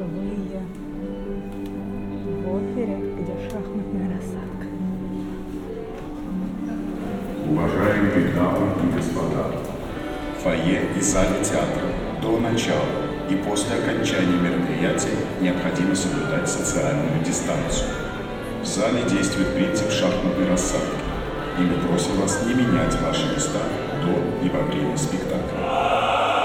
впервые в опере, где шахматная рассадка. Уважаемые дамы и господа, в фойе и зале театра до начала и после окончания мероприятия необходимо соблюдать социальную дистанцию. В зале действует принцип шахматной рассадки, и мы просим вас не менять ваши места до и во время спектакля.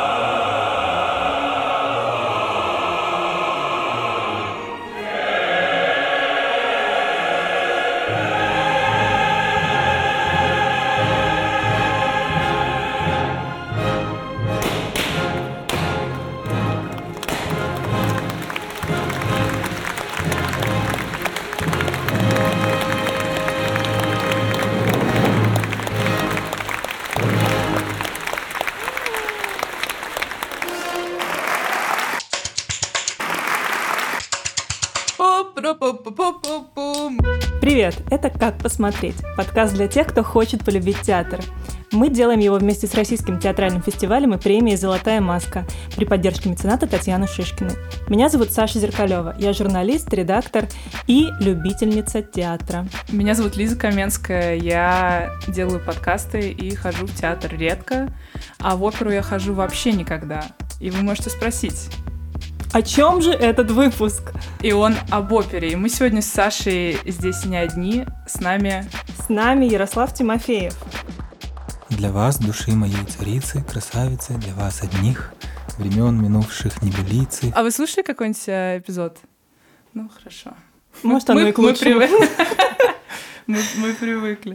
Привет! Это «Как посмотреть» — подкаст для тех, кто хочет полюбить театр. Мы делаем его вместе с Российским театральным фестивалем и премией «Золотая маска» при поддержке мецената Татьяны Шишкиной. Меня зовут Саша Зеркалева. Я журналист, редактор и любительница театра. Меня зовут Лиза Каменская. Я делаю подкасты и хожу в театр редко, а в оперу я хожу вообще никогда. И вы можете спросить: о чем же этот выпуск? И он об опере. И мы сегодня с Сашей здесь не одни. С нами Ярослав Тимофеев. Для вас, души моей царицы, красавицы, для вас одних, времен минувших небылицы. А вы слушали какой-нибудь эпизод? Ну, хорошо. Может, оно и к лучшему. Мы привыкли.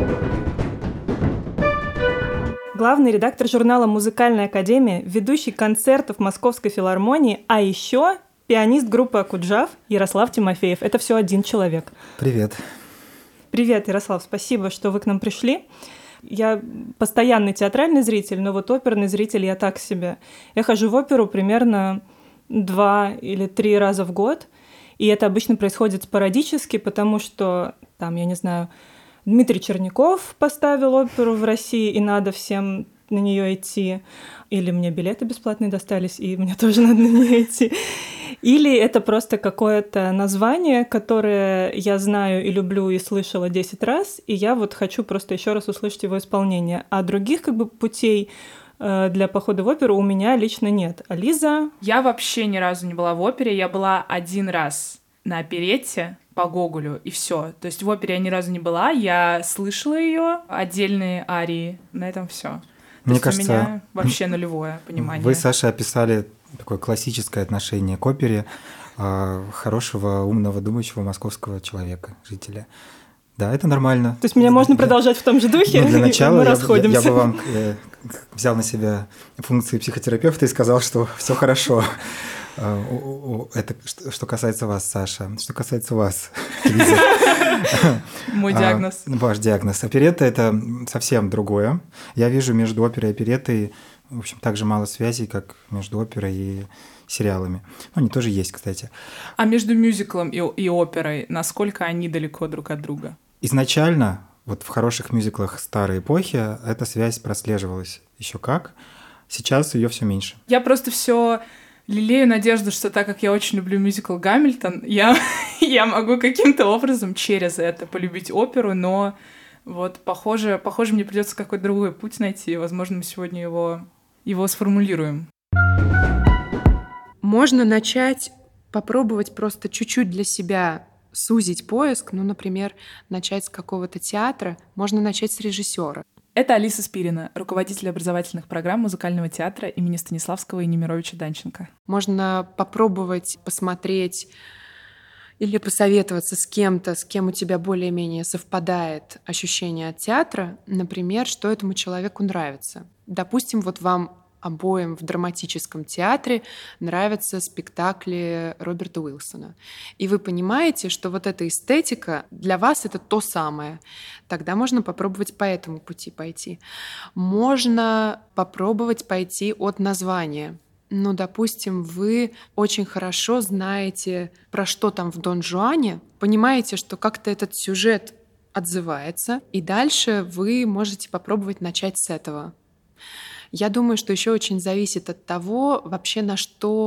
Главный редактор журнала «Музыкальная академия», ведущий концертов Московской филармонии, а еще пианист группы «Акуджав» Ярослав Тимофеев. Это все один человек. Привет. Привет, Ярослав, спасибо, что вы к нам пришли. Я постоянный театральный зритель, но вот оперный зритель я так себе. Я хожу в оперу примерно 2 или 3 раза в год, и это обычно происходит спорадически, потому что, там, я не знаю, Дмитрий Черняков поставил оперу в России, и надо всем на нее идти. Или мне билеты бесплатные достались, и мне тоже надо на нее идти. Или это просто какое-то название, которое я знаю и люблю, и слышала 10 раз, и я вот хочу просто еще раз услышать его исполнение. А других путей для похода в оперу у меня лично нет. А Лиза? Я вообще ни разу не была в опере. Я была 1 раз на оперетте по Гоголю, и все. То есть в опере я ни разу не была, я слышала ее, отдельные арии, на этом все. Мне кажется, у меня вообще нулевое понимание. Вы, Саша, описали такое классическое отношение к опере хорошего, умного, думающего московского человека, жителя. Да, это нормально. То есть меня можно продолжать в том же духе? Но для начала мы расходимся. Я бы вам взял на себя функции психотерапевта и сказал, что все хорошо. Это что касается вас, Саша. Что касается вас, Лиза. Мой диагноз. Ваш диагноз. Оперетта — это совсем другое. Я вижу между оперой и опереттой, в общем, так же мало связей, как между оперой и сериалами. Ну, они тоже есть, кстати. А между мюзиклом и оперой, насколько они далеко друг от друга? Изначально, вот в хороших мюзиклах старой эпохи, эта связь прослеживалась еще как. Сейчас ее все меньше. Я просто все лелею надежду, что так как я очень люблю мюзикл «Гамильтон», я могу каким-то образом через это полюбить оперу, но вот похоже, мне придется какой-то другой путь найти. Возможно, мы сегодня его сформулируем. Можно начать попробовать просто чуть-чуть для себя сузить поиск, ну, например, начать с какого-то театра, можно начать с режиссера. Это Алиса Спирина, руководитель образовательных программ музыкального театра имени Станиславского и Немировича Данченко. Можно попробовать посмотреть или посоветоваться с кем-то, с кем у тебя более-менее совпадает ощущение от театра, например, что этому человеку нравится. Допустим, вот вам обоим в драматическом театре нравятся спектакли Роберта Уилсона. И вы понимаете, что вот эта эстетика для вас — это то самое. Тогда можно попробовать по этому пути пойти. Можно попробовать пойти от названия. Ну, допустим, вы очень хорошо знаете, про что там в «Дон Жуане», понимаете, что как-то этот сюжет отзывается, и дальше вы можете попробовать начать с этого. Я думаю, что еще очень зависит от того, вообще на что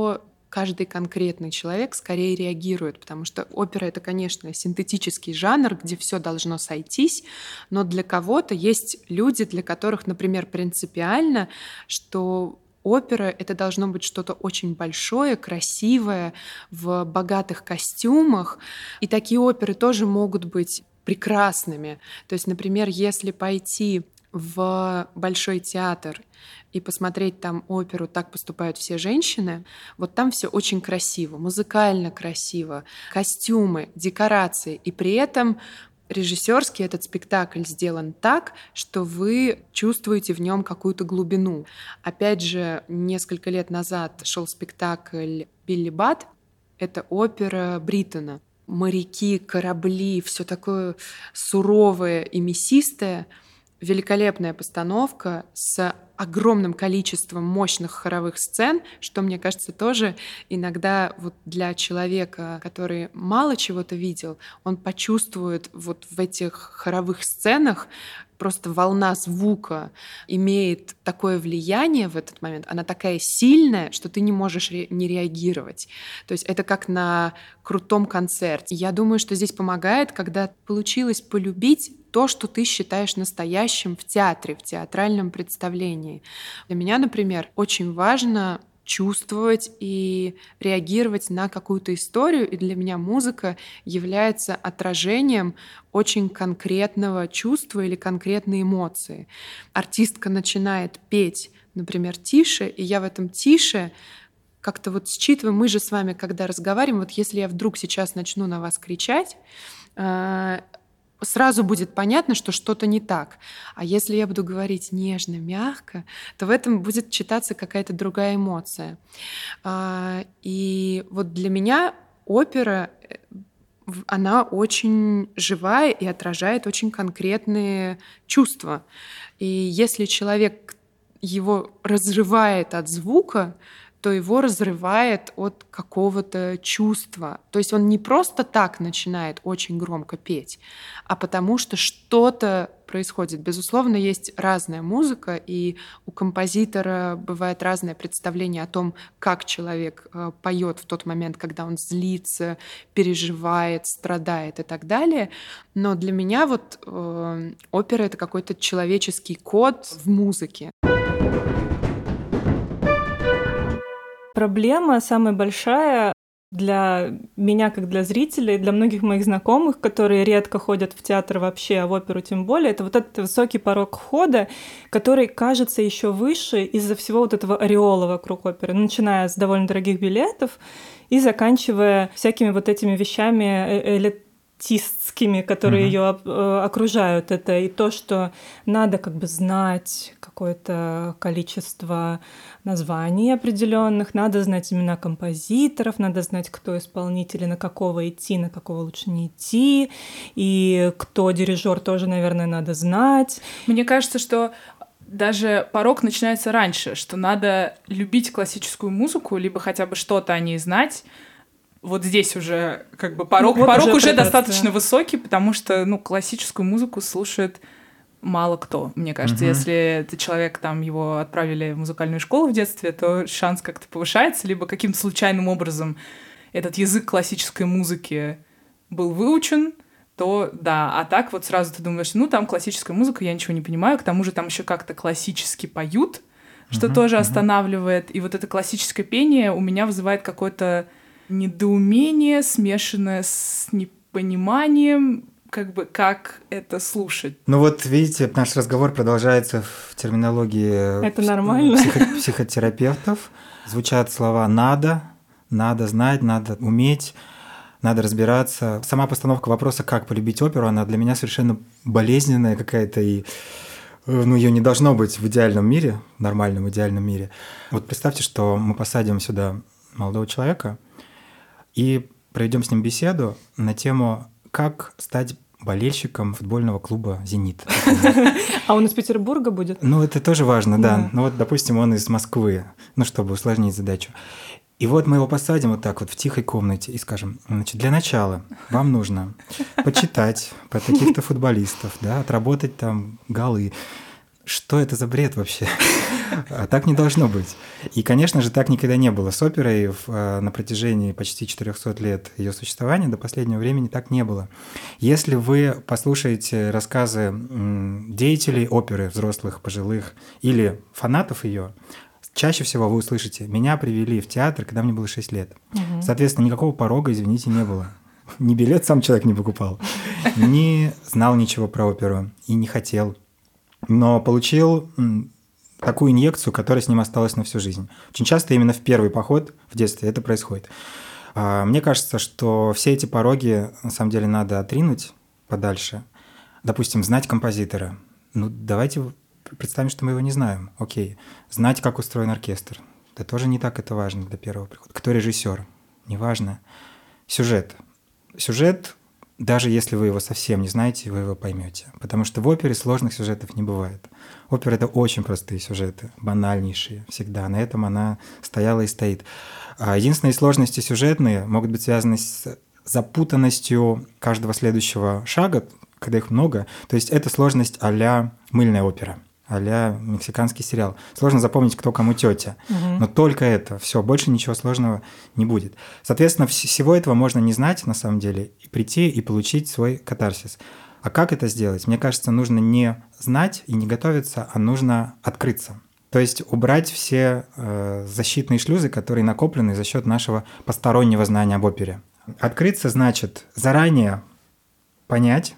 каждый конкретный человек скорее реагирует, потому что опера — это, конечно, синтетический жанр, где все должно сойтись, но для кого-то есть люди, для которых, например, принципиально, что опера — это должно быть что-то очень большое, красивое, в богатых костюмах. И такие оперы тоже могут быть прекрасными. То есть, например, если пойти в Большой театр и посмотреть там оперу «Так поступают все женщины», вот там все очень красиво, музыкально красиво, костюмы, декорации, и при этом режиссерский этот спектакль сделан так, что вы чувствуете в нем какую-то глубину. Опять же, несколько лет назад шел спектакль «Билли Бат». Это опера Бриттона. Моряки, корабли, все такое суровое и мясистое. Великолепная постановка с огромным количеством мощных хоровых сцен, что, мне кажется, тоже иногда вот для человека, который мало чего-то видел, он почувствует вот в этих хоровых сценах, просто волна звука имеет такое влияние в этот момент, она такая сильная, что ты не можешь не реагировать. То есть это как на крутом концерте. Я думаю, что здесь помогает, когда получилось полюбить то, что ты считаешь настоящим в театре, в театральном представлении. Для меня, например, очень важно чувствовать и реагировать на какую-то историю, и для меня музыка является отражением очень конкретного чувства или конкретной эмоции. Артистка начинает петь, например, тише, и я в этом тише как-то вот считываю, мы же с вами, когда разговариваем, вот если я вдруг сейчас начну на вас кричать, сразу будет понятно, что что-то не так. А если я буду говорить нежно, мягко, то в этом будет читаться какая-то другая эмоция. И вот для меня опера, она очень живая и отражает очень конкретные чувства. И если человек его разрывает от звука, то его разрывает от какого-то чувства. То есть он не просто так начинает очень громко петь, а потому что что-то происходит. Безусловно, есть разная музыка, и у композитора бывает разное представление о том, как человек поет в тот момент, когда он злится, переживает, страдает и так далее. Но для меня вот опера — это какой-то человеческий код в музыке. Проблема самая большая для меня, как для зрителей, для многих моих знакомых, которые редко ходят в театр вообще, а в оперу тем более, это вот этот высокий порог входа, который кажется еще выше из-за всего вот этого ореола вокруг оперы, начиная с довольно дорогих билетов и заканчивая всякими вот этими вещами элитистскими, которые ее окружают. Это и то, что надо как бы знать какое-то количество названий определенных, надо знать имена композиторов, надо знать, кто исполнитель, на какого идти, на какого лучше не идти, и кто дирижер тоже, наверное, надо знать. Мне кажется, что даже порог начинается раньше, что надо любить классическую музыку, либо хотя бы что-то о ней знать. Вот здесь уже как бы порог уже достаточно высокий, потому что классическую музыку слушает мало кто, мне кажется. Если это человек, там, его отправили в музыкальную школу в детстве, то шанс как-то повышается, либо каким-то случайным образом этот язык классической музыки был выучен, то да. А так вот сразу ты думаешь, там классическая музыка, я ничего не понимаю, к тому же там еще как-то классически поют, что тоже останавливает. И вот это классическое пение у меня вызывает какое-то недоумение, смешанное с непониманием, как это слушать. Ну вот, видите, наш разговор продолжается в терминологии это нормально. Психотерапевтов. Звучат слова «надо», «надо знать», «надо уметь», «надо разбираться». Сама постановка вопроса «как полюбить оперу», она для меня совершенно болезненная какая-то, и ее не должно быть в идеальном мире, в нормальном идеальном мире. Вот представьте, что мы посадим сюда молодого человека и проведем с ним беседу на тему «Как стать болельщиком футбольного клуба «Зенит». А он из Петербурга будет? Это тоже важно, да. Ну вот, допустим, он из Москвы, чтобы усложнить задачу. И вот мы его посадим вот так вот в тихой комнате и скажем, для начала вам нужно почитать про таких-то футболистов, да, отработать там голы. что это за бред вообще? Так не должно быть. И, конечно же, так никогда не было с оперой на протяжении почти 400 лет ее существования. До последнего времени так не было. Если вы послушаете рассказы деятелей оперы, взрослых, пожилых, или фанатов ее, чаще всего вы услышите: «Меня привели в театр, когда мне было 6 лет». Соответственно, никакого порога, извините, не было. Ни билет сам человек не покупал, не знал ничего про оперу и не хотел. Но получил такую инъекцию, которая с ним осталась на всю жизнь. Очень часто именно в первый поход в детстве это происходит. Мне кажется, что все эти пороги на самом деле надо отринуть подальше. Допустим, знать композитора. Ну, давайте представим, что мы его не знаем. Окей. Знать, как устроен оркестр. Да тоже не так это важно для первого прихода. Кто режиссер? Неважно. Сюжет. Сюжет, даже если вы его совсем не знаете, вы его поймете. Потому что в опере сложных сюжетов не бывает. Опера — это очень простые сюжеты, банальнейшие всегда. На этом она стояла и стоит. Единственные сложности сюжетные могут быть связаны с запутанностью каждого следующего шага, когда их много. То есть это сложность а-ля мыльная опера, а-ля мексиканский сериал. Сложно запомнить, кто кому тетя. Но только это. Все, больше ничего сложного не будет. Соответственно, всего этого можно не знать на самом деле, и прийти и получить свой катарсис. А как это сделать? Мне кажется, нужно не знать и не готовиться, а нужно открыться. То есть убрать все защитные шлюзы, которые накоплены за счет нашего постороннего знания об опере. Открыться значит заранее понять,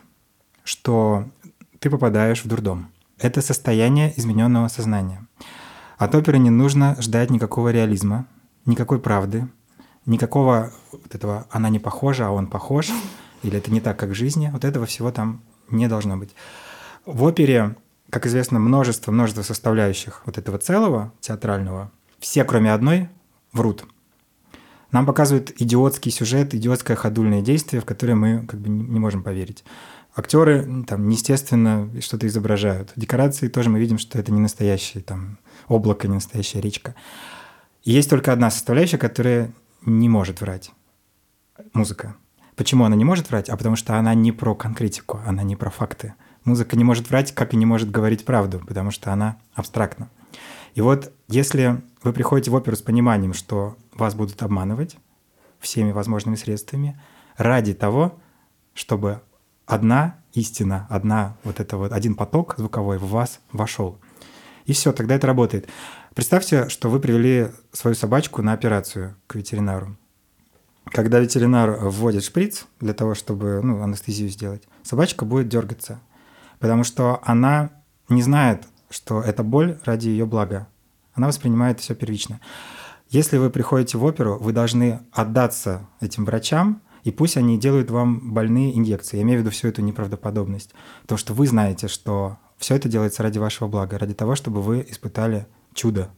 что ты попадаешь в дурдом. Это состояние измененного сознания. От оперы не нужно ждать никакого реализма, никакой правды, никакого вот этого «она не похожа, а он похож», или «это не так, как в жизни». Вот этого всего там не должно быть. В опере, как известно, множество составляющих вот этого целого театрального. Все, кроме одной, врут. Нам показывают идиотский сюжет, идиотское ходульное действие, в которое мы как бы не можем поверить. Актеры там неестественно что-то изображают. Декорации тоже мы видим, что это не настоящее там облако, не настоящая речка. И есть только одна составляющая, которая не может врать. Музыка. Почему она не может врать? А потому что она не про конкретику, она не про факты. Музыка не может врать, как и не может говорить правду, потому что она абстрактна. И вот если вы приходите в оперу с пониманием, что вас будут обманывать всеми возможными средствами ради того, чтобы одна истина, один поток звуковой в вас вошел. И все, тогда это работает. Представьте, что вы привели свою собачку на операцию к ветеринару. Когда ветеринар вводит шприц для того, чтобы анестезию сделать, собачка будет дергаться, потому что она не знает, что это боль ради ее блага. Она воспринимает все первично. Если вы приходите в оперу, вы должны отдаться этим врачам, и пусть они делают вам больные инъекции. Я имею в виду всю эту неправдоподобность. Потому что вы знаете, что все это делается ради вашего блага, ради того, чтобы вы испытали чудо.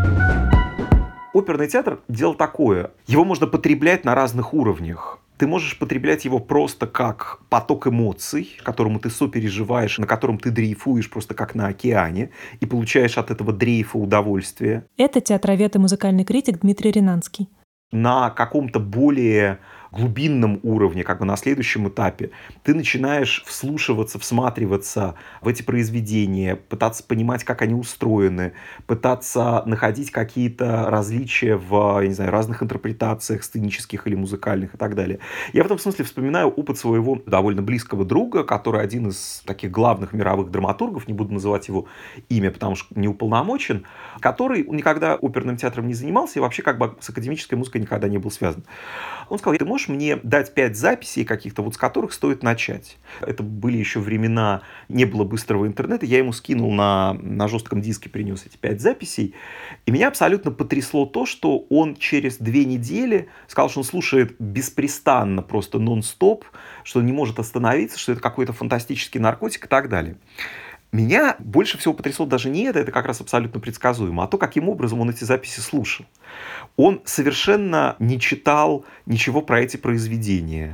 Оперный театр – дело такое. Его можно потреблять на разных уровнях. Ты можешь потреблять его просто как поток эмоций, которому ты сопереживаешь, на котором ты дрейфуешь просто как на океане, и получаешь от этого дрейфа удовольствие. Это театровед и музыкальный критик Дмитрий Ринанский. На каком-то более глубинном уровне, как бы на следующем этапе, ты начинаешь вслушиваться, всматриваться в эти произведения, пытаться понимать, как они устроены, пытаться находить какие-то различия в, я не знаю, разных интерпретациях сценических или музыкальных и так далее. Я в этом смысле вспоминаю опыт своего довольно близкого друга, который один из таких главных мировых драматургов, не буду называть его имя, потому что не уполномочен, который никогда оперным театром не занимался и вообще как бы с академической музыкой никогда не был связан. Он сказал: ты можешь мне дать 5 записей каких-то, вот с которых стоит начать? Это были еще времена, не было быстрого интернета, я ему скинул на жестком диске, принес эти 5 записей, и меня абсолютно потрясло то, что он через 2 недели сказал, что он слушает беспрестанно, просто нон-стоп, что он не может остановиться, что это какой-то фантастический наркотик и так далее. Меня больше всего потрясло даже не это как раз абсолютно предсказуемо, а то, каким образом он эти записи слушал. Он совершенно не читал ничего про эти произведения.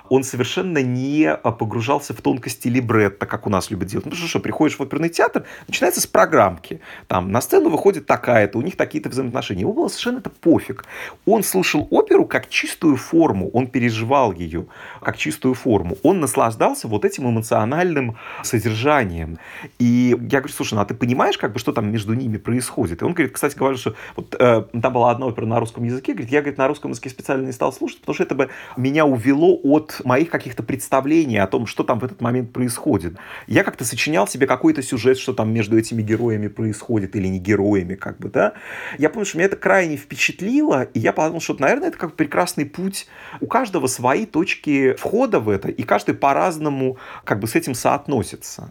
Он совершенно не погружался в тонкости либретто, как у нас любят делать. Ну что, приходишь в оперный театр, начинается с программки. Там на сцену выходит такая-то, у них такие-то взаимоотношения. Ему было совершенно это пофиг. Он слушал оперу как чистую форму, он переживал ее как чистую форму. Он наслаждался вот этим эмоциональным содержанием. И я говорю, слушай, ну а ты понимаешь, как бы, что там между ними происходит? И он говорит, кстати говоря, что вот, там была одна опера на русском языке, говорит, я, говорит, на русском языке специально не стал слушать, потому что это бы меня увело от моих каких-то представлений о том, что там в этот момент происходит. Я как-то сочинял себе какой-то сюжет, что там между этими героями происходит, или не героями, как бы, да. Я помню, что меня это крайне впечатлило, и я подумал, что, наверное, это как прекрасный путь. У каждого свои точки входа в это, и каждый по-разному как бы с этим соотносится.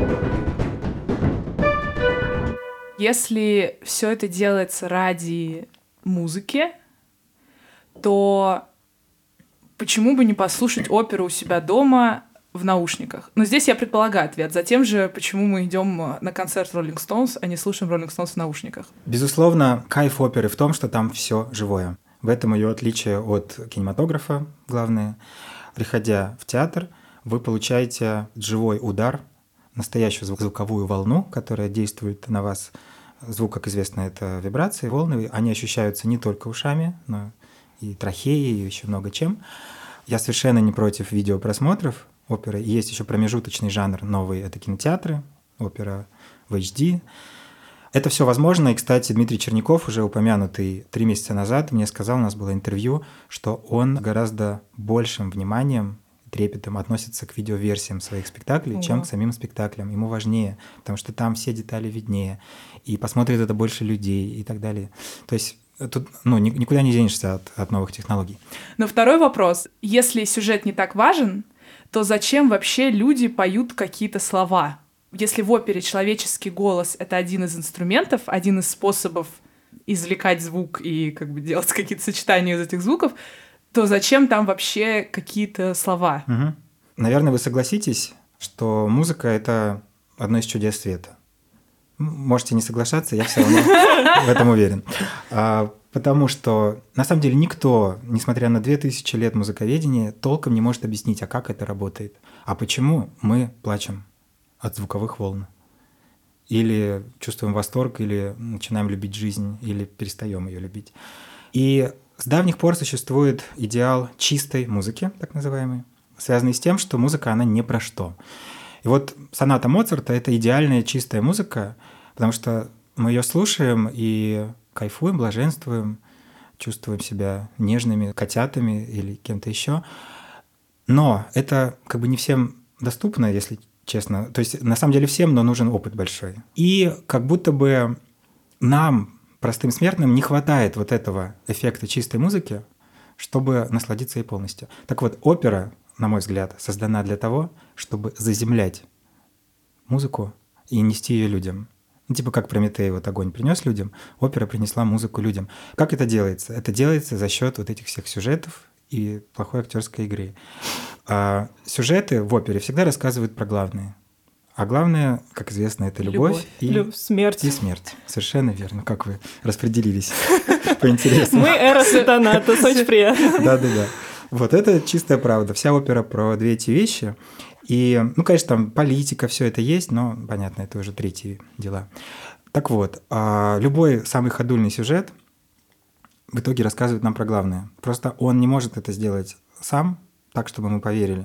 Если все это делается ради музыки, то почему бы не послушать оперу у себя дома в наушниках? Но здесь я предполагаю ответ. Затем же, почему мы идем на концерт Rolling Stones, а не слушаем Rolling Stones в наушниках? Безусловно, кайф оперы в том, что там все живое. В этом ее отличие от кинематографа главное. Приходя в театр, вы получаете живой удар, настоящую звуковую волну, которая действует на вас. Звук, как известно, это вибрации, волны. Они ощущаются не только ушами, но и трахеей, и еще много чем. Я совершенно не против видеопросмотров оперы. И есть еще промежуточный жанр новый, это кинотеатры, опера в HD. Это все возможно. И, кстати, Дмитрий Черняков, уже упомянутый 3 месяца назад, мне сказал, у нас было интервью, что он гораздо большим вниманием, трепетом относится к видеоверсиям своих спектаклей, чем к самим спектаклям. Ему важнее, потому что там все детали виднее, и посмотрит это больше людей и так далее. То есть тут никуда не денешься от новых технологий. Но второй вопрос. Если сюжет не так важен, то зачем вообще люди поют какие-то слова? Если в опере человеческий голос — это один из инструментов, один из способов извлекать звук и как бы делать какие-то сочетания из этих звуков, то зачем там вообще какие-то слова? Угу. Наверное, вы согласитесь, что музыка — это одно из чудес света. Можете не соглашаться, я все равно в этом уверен. Потому что, на самом деле, никто, несмотря на 2000 лет музыковедения, толком не может объяснить, а как это работает. А почему мы плачем от звуковых волн? Или чувствуем восторг, или начинаем любить жизнь, или перестаем ее любить. И с давних пор существует идеал чистой музыки, так называемой, связанный с тем, что музыка, она не про что. И вот соната Моцарта — это идеальная чистая музыка, потому что мы ее слушаем и кайфуем, блаженствуем, чувствуем себя нежными котятами или кем-то еще. Но это как бы не всем доступно, если честно. То есть на самом деле всем, но нужен опыт большой. И как будто бы нам, простым смертным, не хватает вот этого эффекта чистой музыки, чтобы насладиться ей полностью. Так вот, опера, на мой взгляд, создана для того, чтобы заземлять музыку и нести ее людям. Типа как Прометей вот огонь принес людям, опера принесла музыку людям. Как это делается? Это делается за счет вот этих всех сюжетов и плохой актерской игры. А сюжеты в опере всегда рассказывают про главное. А главное, как известно, это любовь и смерть. И смерть. Совершенно верно. Как вы распределились по интересам. Мы Эрос и Танатос, очень приятно. Да-да-да. Вот это чистая правда. Вся опера про 2 эти вещи. И, конечно, там политика, все это есть, но, понятно, это уже третьи дела. Так вот, любой самый ходульный сюжет в итоге рассказывает нам про главное. Просто он не может это сделать сам, так, чтобы мы поверили.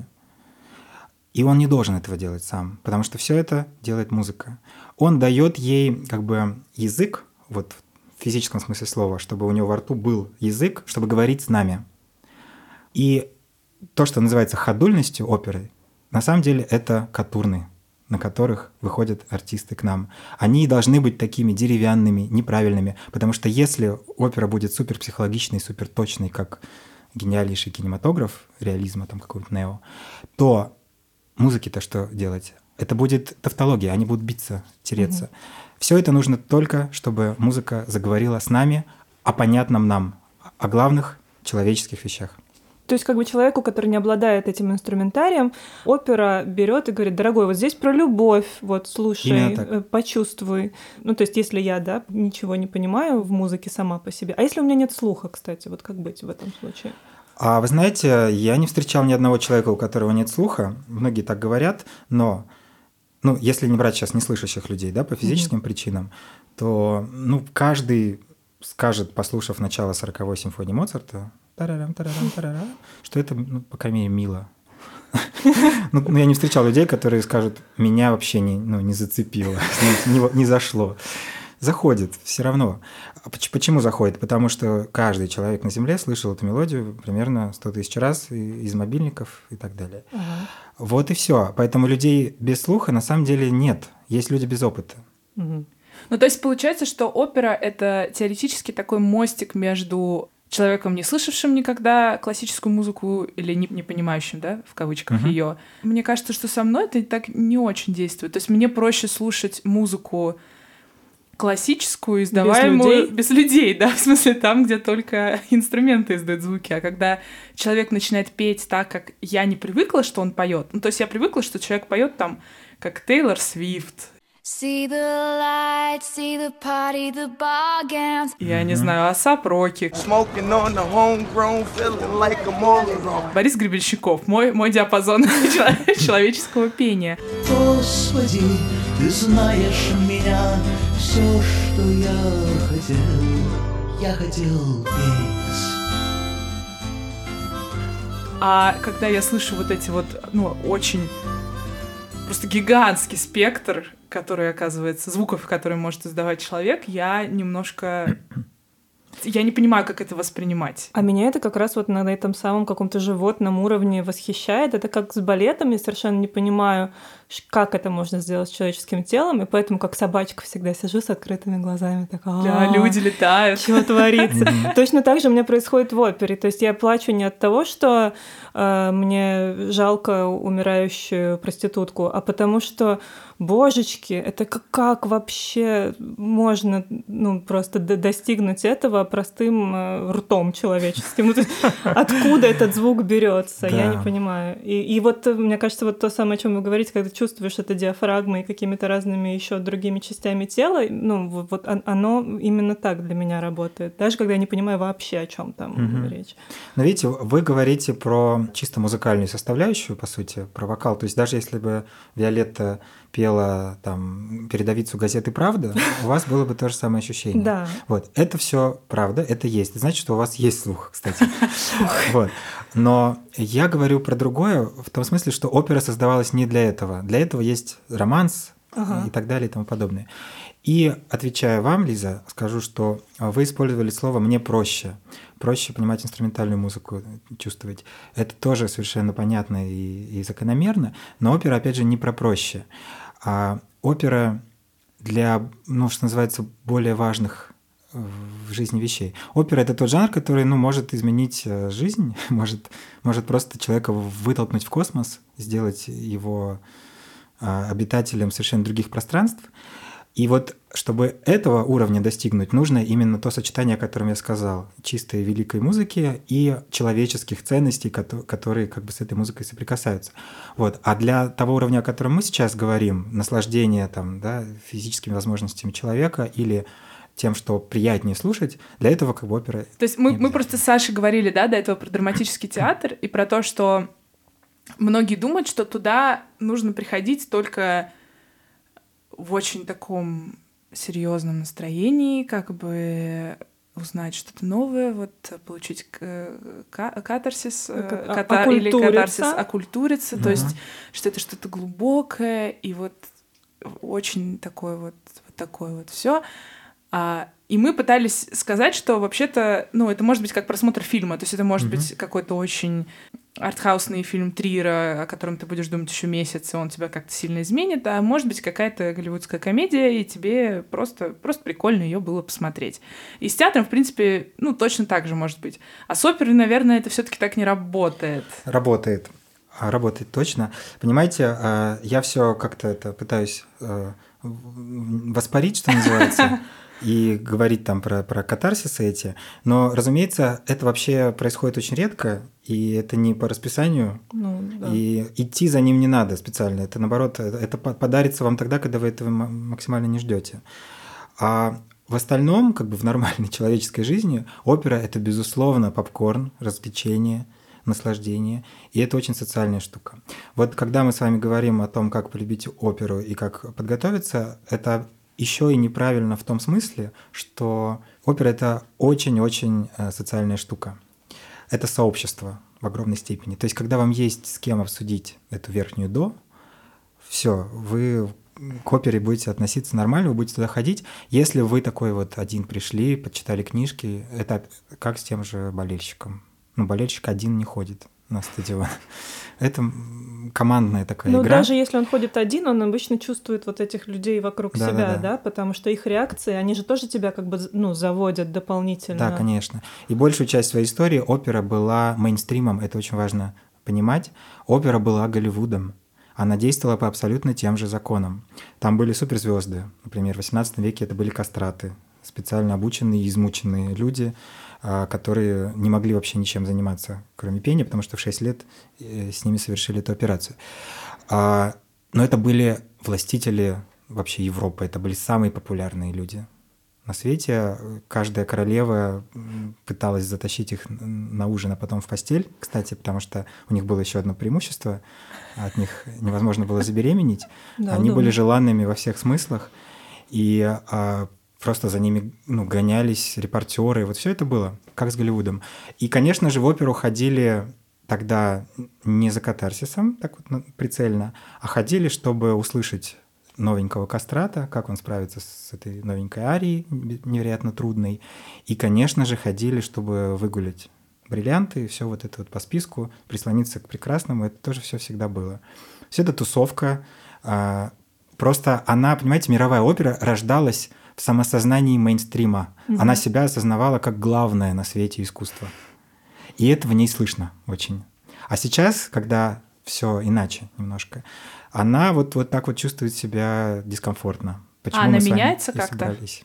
И он не должен этого делать сам, потому что все это делает музыка. Он дает ей как бы язык, вот в физическом смысле слова, чтобы у него во рту был язык, чтобы говорить с нами. И то, что называется ходульностью оперы, на самом деле это катурны, на которых выходят артисты к нам. Они должны быть такими деревянными, неправильными, потому что если опера будет суперпсихологичной, суперточной, как гениальнейший кинематограф реализма, там какой-то нео, то музыке-то что делать? Это будет тавтология, они будут биться, тереться. Все это нужно только, чтобы музыка заговорила с нами о понятном нам, о главных человеческих вещах. То есть как бы человеку, который не обладает этим инструментарием, опера берет и говорит: дорогой, вот здесь про любовь, вот слушай, почувствуй. Ну, то есть если я, ничего не понимаю в музыке сама по себе. А если у меня нет слуха, кстати, вот как быть в этом случае? А вы знаете, я не встречал ни одного человека, у которого нет слуха. Многие так говорят, но если не брать сейчас неслышащих людей, да, по физическим причинам, то каждый скажет, послушав начало 40-й симфонии Моцарта, что это, по крайней мере, мило. Я не встречал людей, которые скажут, меня вообще не зацепило, не зашло. Заходит все равно. Почему заходит? Потому что каждый человек на Земле слышал эту мелодию примерно 100 тысяч раз из мобильников и так далее. Вот и все. Поэтому людей без слуха на самом деле нет. Есть люди без опыта. То есть получается, что опера — это теоретически такой мостик между человеком, не слышавшим никогда классическую музыку или не понимающим, да, в кавычках, ее. Мне кажется, что со мной это так не очень действует. То есть мне проще слушать музыку классическую, издаваемую без людей, да, в смысле там, где только инструменты издают звуки, а когда человек начинает петь так, как я не привыкла, что он поет, то есть я привыкла, что человек поет там, как Тейлор Свифт. See the light, see the party, the bar gowns. Я не знаю, Асап Роки. Борис Гребенщиков. Мой диапазон человеческого пения. Господи, ты знаешь меня, все, что я хотел петь. А когда я слышу вот эти вот, очень просто гигантский спектр, который, оказывается, звуков, которые может издавать человек, я не понимаю, как это воспринимать. А меня это как раз вот на этом самом каком-то животном уровне восхищает. Это как с балетом, я совершенно не понимаю, как это можно сделать с человеческим телом, и поэтому как собачка всегда сижу с открытыми глазами, да, люди летают. Что творится? Точно так же у меня происходит в опере. То есть я плачу не от того, что мне жалко умирающую проститутку, а потому что, божечки, это как вообще можно просто достигнуть этого простым ртом человеческим? Откуда этот звук берется? Я не понимаю. И вот, мне кажется, вот то самое, о чем вы говорите, когда чувствуешь это диафрагмой и какими-то разными еще другими частями тела, вот оно именно так для меня работает, даже когда я не понимаю вообще, о чем там речь. Но видите, вы говорите про чисто музыкальную составляющую, по сути, про вокал. То есть даже если бы Виолетта пела там передовицу газеты «Правда», у вас было бы то же самое ощущение. Да. Вот. Это все правда, это есть. Это значит, что у вас есть слух, кстати. Вот. Но я говорю про другое в том смысле, что опера создавалась не для этого. Для этого есть романс и так далее и тому подобное. И, отвечая вам, Лиза, скажу, что вы использовали слово «мне проще». Проще понимать инструментальную музыку, чувствовать. Это тоже совершенно понятно и закономерно, но опера, опять же, не про проще. А опера для, что называется, более важных в жизни вещей. Опера — это тот жанр, который может изменить жизнь, может просто человека вытолкнуть в космос, сделать его обитателем совершенно других пространств. И вот, чтобы этого уровня достигнуть, нужно именно то сочетание, о котором я сказал, чистой великой музыки и человеческих ценностей, которые как бы с этой музыкой соприкасаются. Вот. А для того уровня, о котором мы сейчас говорим, наслаждение физическими возможностями человека или тем, что приятнее слушать, для этого как бы опера... То есть мы просто с Сашей говорили, до этого про драматический театр и про то, что многие думают, что туда нужно приходить только в очень таком серьезном настроении, как бы узнать что-то новое, получить катарсис, или катарсис, оккультуриться, то есть что это что-то глубокое и очень такое все. И мы пытались сказать, что вообще-то, это может быть как просмотр фильма, то есть это может быть какой-то очень артхаусный фильм Триера, о котором ты будешь думать еще месяц, и он тебя как-то сильно изменит, а может быть какая-то голливудская комедия, и тебе просто прикольно ее было посмотреть. И с театром, в принципе, точно так же может быть. А с оперой, наверное, это все-таки так не работает. Работает точно. Понимаете, я все как-то пытаюсь воспарить, что называется, и говорить там про катарсисы эти, но, разумеется, это вообще происходит очень редко, и это не по расписанию, и идти за ним не надо специально, это наоборот, это подарится вам тогда, когда вы этого максимально не ждете. А в остальном, как бы в нормальной человеческой жизни, опера — это, безусловно, попкорн, развлечение, наслаждение, и это очень социальная штука. Вот когда мы с вами говорим о том, как полюбить оперу и как подготовиться, это еще и неправильно в том смысле, что опера — это очень-очень социальная штука. Это сообщество в огромной степени. То есть, когда вам есть с кем обсудить эту верхнюю до, все, вы к опере будете относиться нормально, вы будете туда ходить. Если вы такой вот один пришли, почитали книжки, это как с тем же болельщиком. Ну, болельщик один не ходит на стадион. Это командная такая игра. Ну, даже если он ходит один, он обычно чувствует вот этих людей вокруг себя, да? Потому что их реакции, они же тоже тебя как бы, ну, заводят дополнительно. Да, конечно. И большую часть своей истории опера была мейнстримом, это очень важно понимать. Опера была Голливудом. Она действовала по абсолютно тем же законам. Там были суперзвезды. Например, в XVIII веке это были кастраты, специально обученные и измученные люди, которые не могли вообще ничем заниматься, кроме пения, потому что в 6 лет с ними совершили эту операцию. Но это были властители вообще Европы, это были самые популярные люди на свете. Каждая королева пыталась затащить их на ужин, а потом в постель, кстати, потому что у них было еще одно преимущество, от них невозможно было забеременеть. Они были желанными во всех смыслах, и просто за ними гонялись репортеры. Вот все это было, как с Голливудом. И, конечно же, в оперу ходили тогда не за катарсисом, так вот прицельно, а ходили, чтобы услышать новенького кастрата, как он справится с этой новенькой арией, невероятно трудной. И, конечно же, ходили, чтобы выгулять бриллианты, и все вот это вот по списку, прислониться к прекрасному, это тоже все всегда было. Все это тусовка. Просто она, понимаете, мировая опера рождалась в самосознании мейнстрима. Она себя осознавала как главное на свете искусства. И это в ней слышно очень. А сейчас, когда все иначе немножко, она вот так вот чувствует себя дискомфортно. Почему она меняется как-то? Собрались.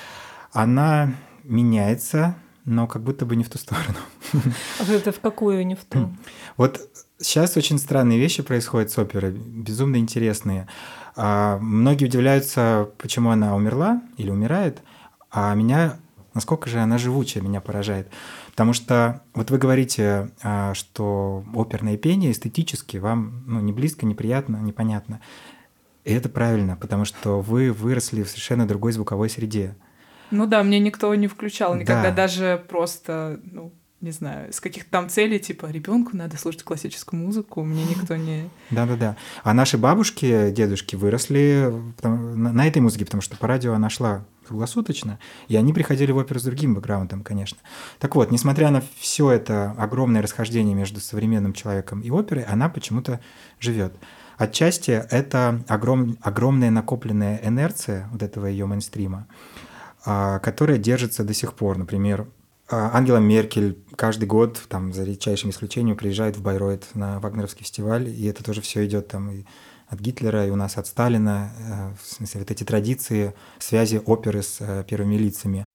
Она меняется, но как будто бы не в ту сторону. А это в какую не в ту? Вот сейчас очень странные вещи происходят с оперой, безумно интересные. Многие удивляются, почему она умерла или умирает, а меня, насколько же она живучая, меня поражает. Потому что вот вы говорите, что оперное пение эстетически вам не близко, неприятно, непонятно. И это правильно, потому что вы выросли в совершенно другой звуковой среде. Ну да, мне никто не включал никогда, даже просто, не знаю, с каких-то там целей, типа, ребенку надо слушать классическую музыку, мне никто не... Да-да-да. А наши бабушки, дедушки выросли на этой музыке, потому что по радио она шла круглосуточно, и они приходили в оперу с другим бэкграундом, конечно. Так вот, несмотря на все это огромное расхождение между современным человеком и оперой, она почему-то живет. Отчасти это огромная накопленная инерция вот этого ее мейнстрима, которая держится до сих пор. Например, Ангела Меркель каждый год, там, за редчайшим исключением, приезжает в Байройт на Вагнеровский фестиваль, и это тоже все идет там и от Гитлера, и у нас от Сталина, в смысле, вот эти традиции связи оперы с первыми лицами.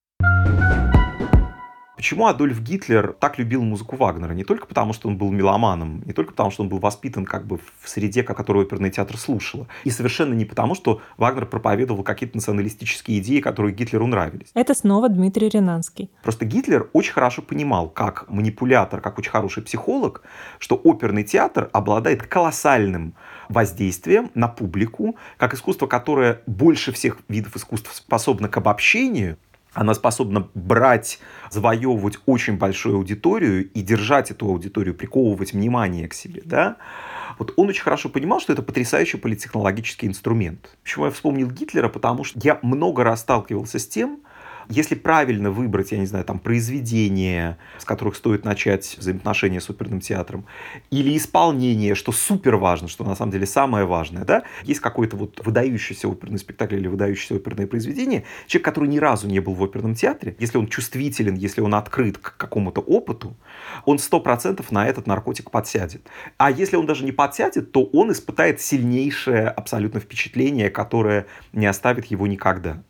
Почему Адольф Гитлер так любил музыку Вагнера? Не только потому, что он был меломаном, не только потому, что он был воспитан как бы в среде, которую оперный театр слушала. И совершенно не потому, что Вагнер проповедовал какие-то националистические идеи, которые Гитлеру нравились. Это снова Дмитрий Ренанский. Просто Гитлер очень хорошо понимал, как манипулятор, как очень хороший психолог, что оперный театр обладает колоссальным воздействием на публику, как искусство, которое больше всех видов искусств способно к обобщению. Она способна брать, завоевывать очень большую аудиторию и держать эту аудиторию, приковывать внимание к себе. Да? Вот он очень хорошо понимал, что это потрясающий политтехнологический инструмент. Почему я вспомнил Гитлера? Потому что я много раз сталкивался с тем, если правильно выбрать, я не знаю, там, произведения, с которых стоит начать взаимоотношения с оперным театром, или исполнение, что супер важно, что на самом деле самое важное, да, есть какой-то вот выдающийся оперный спектакль или выдающееся оперное произведение, человек, который ни разу не был в оперном театре, если он чувствителен, если он открыт к какому-то опыту, он 100% на этот наркотик подсядет. А если он даже не подсядет, то он испытает сильнейшее абсолютно впечатление, которое не оставит его никогда.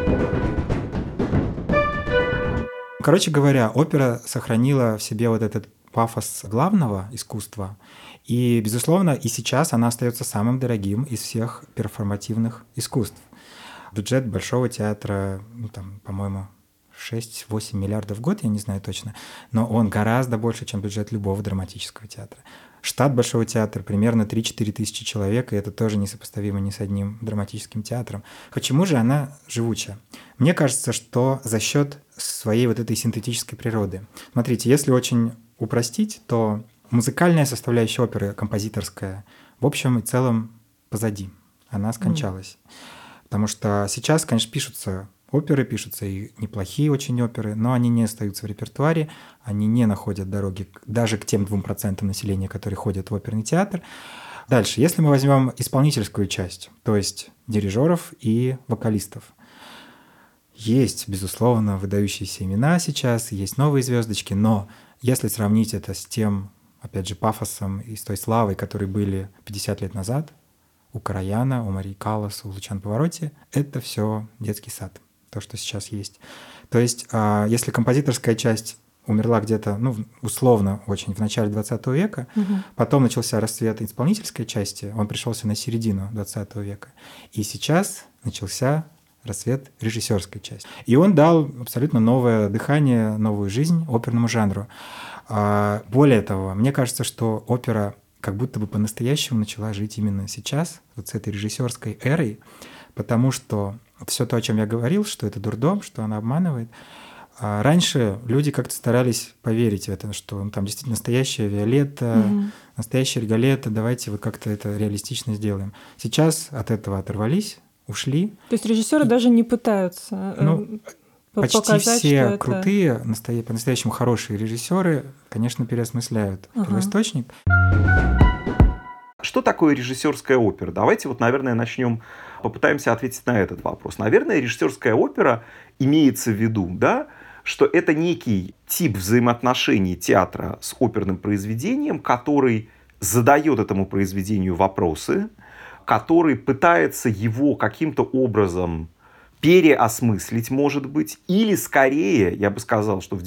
Короче говоря, опера сохранила в себе вот этот пафос главного искусства, и, безусловно, и сейчас она остается самым дорогим из всех перформативных искусств. Бюджет Большого театра, там, по-моему, 6-8 миллиардов в год, я не знаю точно, но он гораздо больше, чем бюджет любого драматического театра. Штат Большого театра примерно 3-4 тысячи человек, и это тоже несопоставимо ни с одним драматическим театром. Почему же она живучая? Мне кажется, что за счет своей вот этой синтетической природы. Смотрите, если очень упростить, то музыкальная составляющая оперы, композиторская, в общем и целом позади. Она скончалась. Потому что сейчас, конечно, пишутся и неплохие очень оперы, но они не остаются в репертуаре, они не находят дороги даже к тем 2% населения, которые ходят в оперный театр. Дальше, если мы возьмем исполнительскую часть, то есть дирижеров и вокалистов, есть, безусловно, выдающиеся имена сейчас, есть новые звездочки, но если сравнить это с тем, опять же, пафосом и с той славой, которые были 50 лет назад, у Караяна, у Марии Каллас, у Лучано Паваротти, это все детский сад, то, что сейчас есть. То есть, если композиторская часть умерла где-то, условно очень, в начале 20 века, потом начался расцвет исполнительской части, он пришелся на середину 20 века, и сейчас начался расцвет режиссерской части. И он дал абсолютно новое дыхание, новую жизнь оперному жанру. Более того, мне кажется, что опера как будто бы по-настоящему начала жить именно сейчас, вот с этой режиссерской эрой, потому что все то, о чем я говорил, что это дурдом, что она обманывает, раньше люди как-то старались поверить в это, что там действительно настоящая Виолетта, настоящая Риголетта, давайте вот как-то это реалистично сделаем. Сейчас от этого оторвались, ушли. То есть режиссеры даже не пытаются почти показать, все что крутые, по-настоящему хорошие режиссеры, конечно, переосмысляют первоисточник. Что такое режиссерская опера? Давайте наверное, попытаемся ответить на этот вопрос. Наверное, режиссерская опера имеется в виду, что это некий тип взаимоотношений театра с оперным произведением, который задает этому произведению вопросы, который пытается его каким-то образом переосмыслить, может быть, или скорее, я бы сказал, что в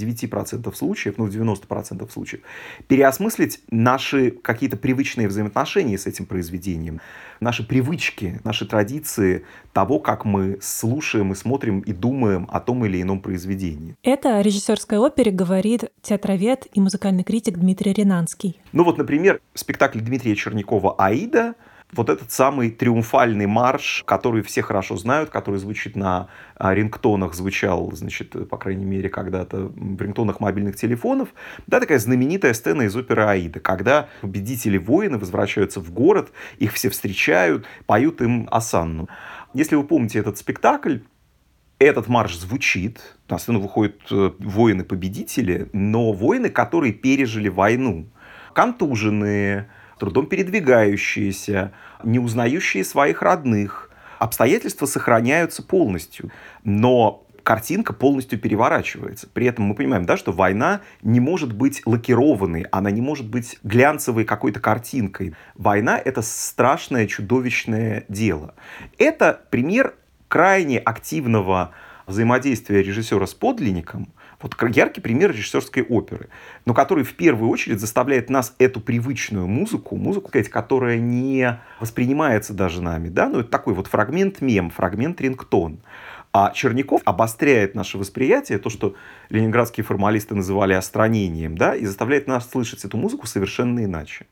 99% случаев, в 90% случаев, переосмыслить наши какие-то привычные взаимоотношения с этим произведением, наши привычки, наши традиции того, как мы слушаем и смотрим и думаем о том или ином произведении. Это о режиссерской опере говорит театровед и музыкальный критик Дмитрий Ренанский. Например, спектакль Дмитрия Чернякова «Аида», вот этот самый триумфальный марш, который все хорошо знают, который звучит на рингтонах, звучал, по крайней мере, когда-то в рингтонах мобильных телефонов. Такая знаменитая сцена из оперы «Аида», когда победители-воины возвращаются в город, их все встречают, поют им осанну. Если вы помните этот спектакль, этот марш звучит, на сцену выходят воины-победители, но воины, которые пережили войну, контуженные, трудом передвигающиеся, не узнающие своих родных. Обстоятельства сохраняются полностью, но картинка полностью переворачивается. При этом мы понимаем, что война не может быть лакированной, она не может быть глянцевой какой-то картинкой. Война — это страшное, чудовищное дело. Это пример крайне активного взаимодействия режиссера с подлинником, яркий пример режиссерской оперы, но который в первую очередь заставляет нас эту привычную музыку, которая не воспринимается даже нами, это такой фрагмент-мем, фрагмент-рингтон. А Черняков обостряет наше восприятие, то, что ленинградские формалисты называли остранением, и заставляет нас слышать эту музыку совершенно иначе.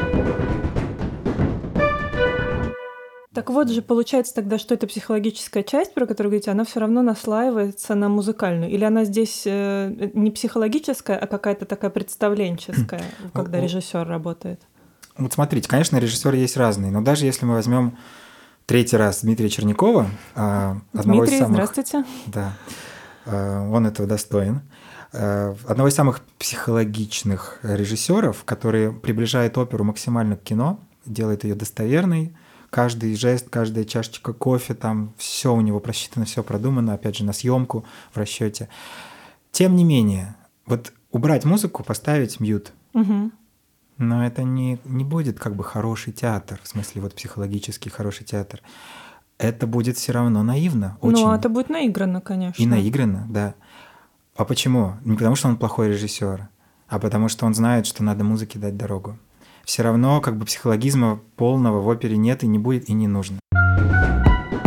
Так вот же, получается тогда, что эта психологическая часть, про которую вы говорите, она все равно наслаивается на музыкальную? Или она здесь не психологическая, а какая-то такая представленческая, когда режиссер работает? Смотрите, конечно, режиссеры есть разные, но даже если мы возьмем третий раз Дмитрия Чернякова, Дмитрий, здравствуйте. Да, он этого достоин. Одного из самых психологичных режиссеров, который приближает оперу максимально к кино, делает ее достоверной. Каждый жест, каждая чашечка кофе, там все у него просчитано, все продумано, опять же, на съемку в расчете. Тем не менее, убрать музыку, поставить мьют, но это не будет хороший театр, в смысле психологический хороший театр. Это будет все равно наивно. Очень. Это будет наигранно, конечно. И наигранно, да. А почему? Не потому, что он плохой режиссер, а потому, что он знает, что надо музыке дать дорогу. Все равно психологизма полного в опере нет и не будет, и не нужно.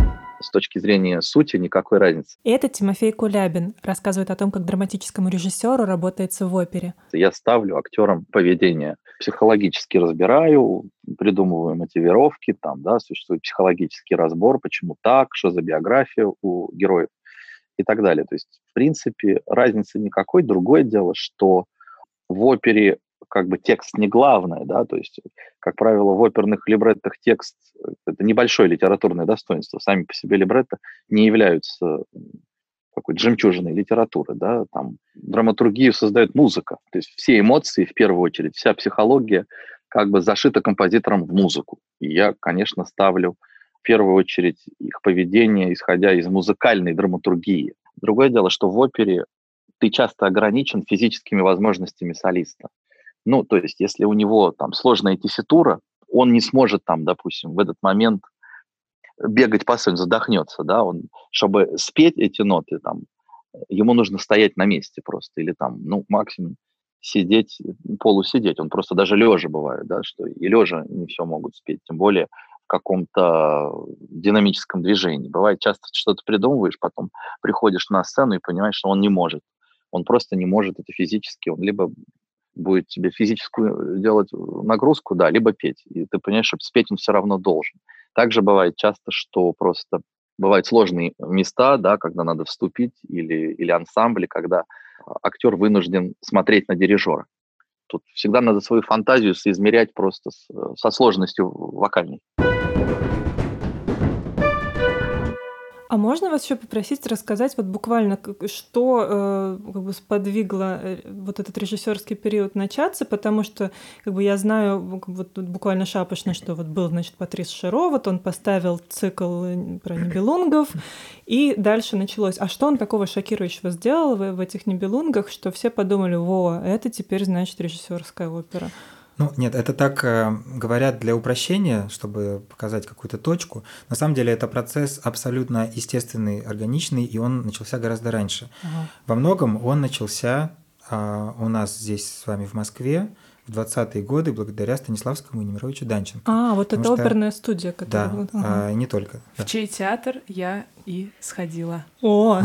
с точки зрения сути никакой разницы. Это Тимофей Кулябин рассказывает о том, как драматическому режиссеру работается в опере. Я ставлю актерам поведение, психологически разбираю, придумываю мотивировки, там, да, существует психологический разбор, почему так, что за биография у героев и так далее. То есть, в принципе, разницы никакой. Другое дело, что в опере как бы текст не главное, да, то есть, как правило, в оперных либреттах текст – это небольшое литературное достоинство. Сами по себе либретто не являются какой-то жемчужиной литературы, да, там драматургию создает музыка, то есть все эмоции, в первую очередь, вся психология как бы зашита композитором в музыку. И я, конечно, ставлю в первую очередь их поведение, исходя из музыкальной драматургии. Другое дело, что в опере ты часто ограничен физическими возможностями солиста. Ну, то есть, если у него там сложная тесситура, он не сможет там, допустим, в этот момент бегать по сцене, задохнется, да, он, чтобы спеть эти ноты, там, ему нужно стоять на месте просто, или там, ну, максимум сидеть, полусидеть, он просто даже лежа бывает, да, что и лежа не все могут спеть, тем более в каком-то динамическом движении. Бывает часто что-то придумываешь, потом приходишь на сцену и понимаешь, что он не может, он просто не может это физически, он либо будет тебе физическую делать нагрузку, да, либо петь. И ты понимаешь, что спеть он все равно должен. Также бывает часто, что просто бывают сложные места, да, когда надо вступить, или ансамбли, когда актер вынужден смотреть на дирижера. Тут всегда надо свою фантазию соизмерять просто со сложностью вокальной. А можно вас еще попросить рассказать вот буквально, что как бы сподвигло вот этот режиссерский период начаться, потому что как бы я знаю вот буквально шапошно, что вот был, значит, Патрис Шеро, вот он поставил цикл про Нибелунгов, и дальше началось. А что он такого шокирующего сделал в этих Нибелунгах, что все подумали: во, это теперь, значит, режиссерская опера? Ну, нет, это так говорят для упрощения, чтобы показать какую-то точку. На самом деле это процесс абсолютно естественный, органичный, и он начался гораздо раньше. Ага. Во многом он начался у нас здесь с вами в Москве в 20-е годы благодаря Станиславскому и Немировичу Данченко. Вот это оперная студия, которая... Да, не только. В чей театр я и сходила. О!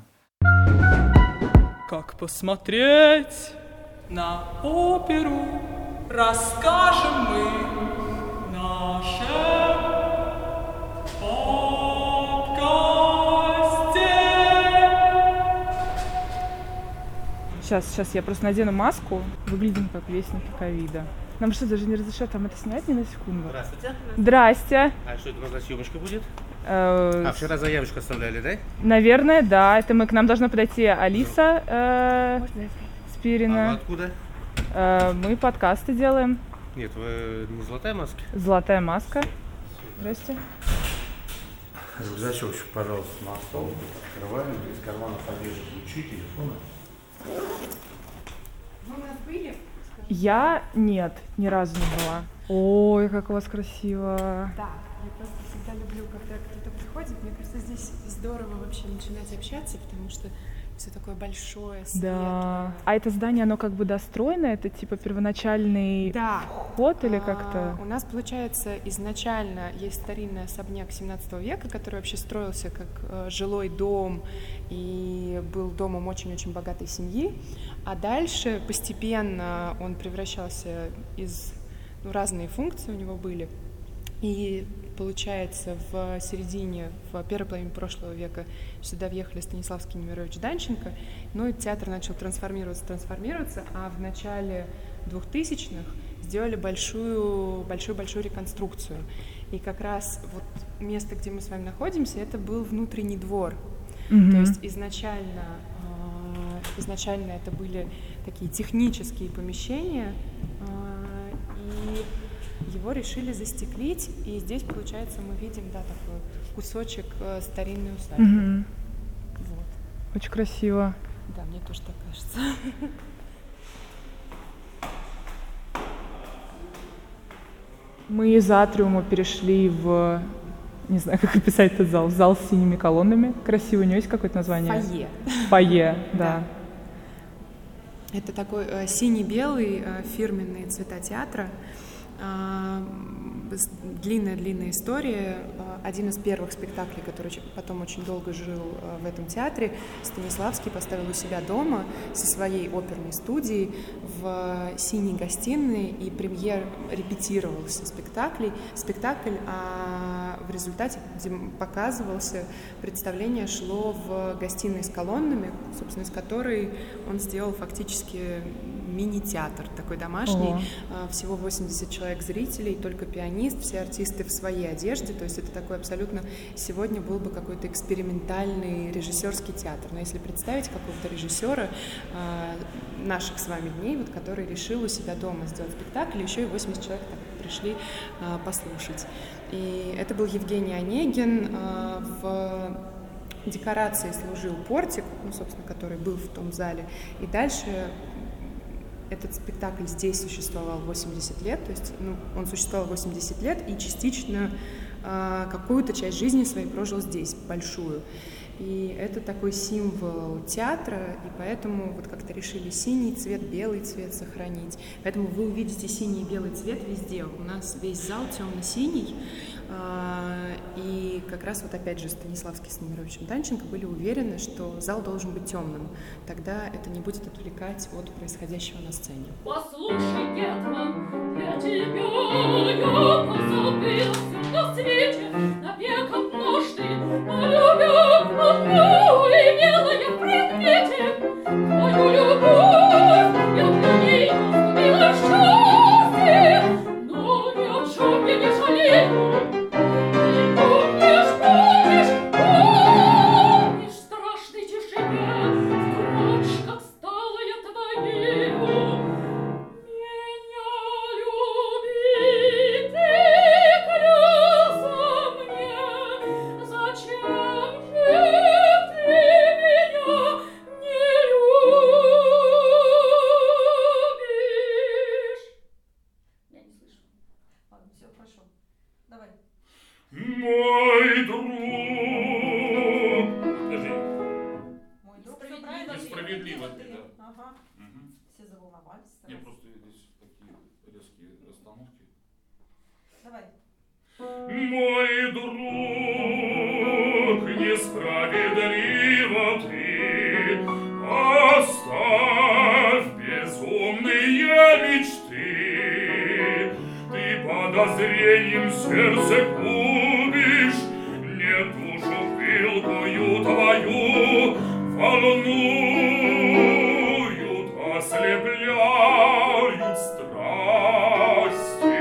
Как посмотреть на оперу? Расскажем мы нашем подкасте. Сейчас я просто надену маску. Выглядим как вестники ковида. Нам что, даже не разрешат там это снять ни на секунду? Здравствуйте. Здрасте. А что это у нас за съемочка будет? Вчера заявочку оставляли, да? Наверное, да. Это к нам должна подойти Алиса Спирина. А вы откуда? Мы подкасты делаем. Нет, вы не «Золотая маска»? «Золотая маска». Здрасте. Рюкзачок, пожалуйста, на стол. Открываем, из кармана содержит ключи, телефоны. Вы у нас были? Я нет, ни разу не была. Ой, как у вас красиво. Да, я просто всегда люблю, когда кто-то приходит. Мне кажется, здесь здорово вообще начинать общаться, потому что все такое большое, светлое. Да. А это здание, оно как бы достроено? Это типа первоначальный вход или как-то? У нас, получается, изначально есть старинный особняк 17 века, который вообще строился как жилой дом и был домом очень-очень богатой семьи. А дальше постепенно он превращался из... разные функции у него были. И, получается, в середине, в первой половине прошлого века сюда въехали Станиславский и Немирович Данченко, ну и театр начал трансформироваться, а в начале 2000-х сделали большую реконструкцию. И как раз вот место, где мы с вами находимся, это был внутренний двор. Mm-hmm. То есть изначально это были такие технические помещения, и его решили застеклить, и здесь, получается, мы видим, да, такой кусочек старинной усадьбы. Mm-hmm. Вот. Очень красиво. Да, мне тоже так кажется. Мы из атриума перешли в, не знаю, как описать этот зал, в зал с синими колоннами. Красивый, у него есть какое-то название? Фойе. Фойе, да. Это такой синий-белый фирменные цвета театра. длинная история. Один из первых спектаклей, который потом очень долго жил в этом театре, Станиславский поставил у себя дома со своей оперной студией в синей гостиной, и репетировался спектакль, а в результате показывался, представление шло в гостиной с колоннами, собственно, из которой он сделал фактически мини-театр такой домашний. Всего 80 человек зрителей, только пианист, все артисты в своей одежде, то есть это такой абсолютно... Сегодня был бы какой-то экспериментальный режиссерский театр. Но если представить какого-то режиссера наших с вами дней, вот, который решил у себя дома сделать спектакль, еще и 80 человек так пришли послушать. И это был Евгений Онегин. В декорации служил портик, собственно, который был в том зале. И дальше этот спектакль здесь существовал 80 лет, то есть он существовал 80 лет и частично какую-то часть жизни своей прожил здесь, большую. И это такой символ театра, и поэтому вот как-то решили синий цвет, белый цвет сохранить. Поэтому вы увидите синий и белый цвет везде. У нас весь зал темно-синий, и как раз вот опять же Станиславский с Немировичем Данченко были уверены, что зал должен быть темным. Тогда это не будет отвлекать от происходящего на сцене. Послушай, Гетман, я тебя позабыл на свете, навеком нужды, полюбил, имела я в предмете твою любовь, я для ней убила счастье, но ни о чем я не жалею. Мой друг. Подожди. Мой друг, несправедливо ты, да. Ага. Угу. Все заволновались. Нет, просто здесь такие резкие расстановки. Давай. Мой друг, несправедливо ты, оставь безумные мечты. Ты подозрением сердце губишь, не душу пылкую твою волнуют, ослепляют страсти.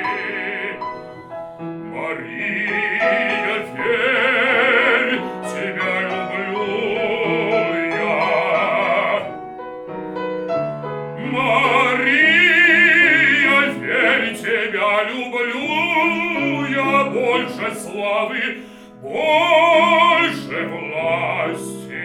Мария, верь, тебя люблю я. Мария, верь, тебя люблю я, больше славы, больше власти.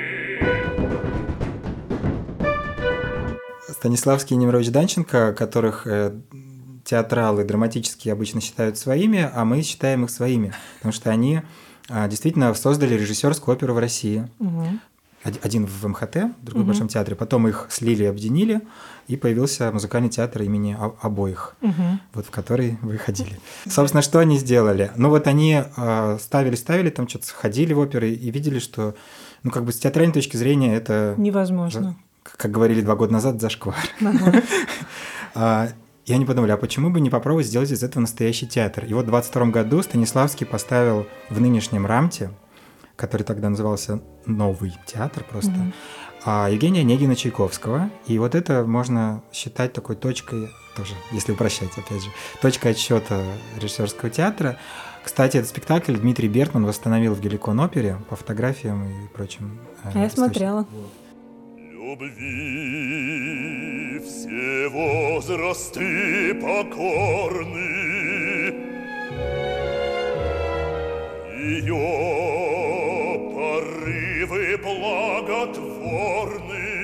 Станиславский и Немирович Данченко, которых театралы драматические обычно считают своими, а мы считаем их своими, потому что они действительно создали режиссерскую оперу в России. Угу. Один в МХТ, другой в Большом театре. Потом их слили и объединили, и появился музыкальный театр имени обоих, вот в который вы ходили. Собственно, что они сделали? Ну вот они ставили, там что-то ходили в оперы и видели, что, ну как бы с театральной точки зрения это... Невозможно. Как говорили 2 года назад, зашквар. И они подумали, а почему бы не попробовать сделать из этого настоящий театр? И вот в 22 году Станиславский поставил в нынешнем рамте, который тогда назывался «Новый театр» просто, Евгения Онегина Чайковского. И вот это можно считать такой точкой, тоже, если упрощать, опять же, точкой отсчета режиссерского театра. Кстати, этот спектакль Дмитрий Бертман восстановил в Геликон-опере по фотографиям и прочим. Я смотрела. Любви все возрасты покорны, ее порывы благотворны,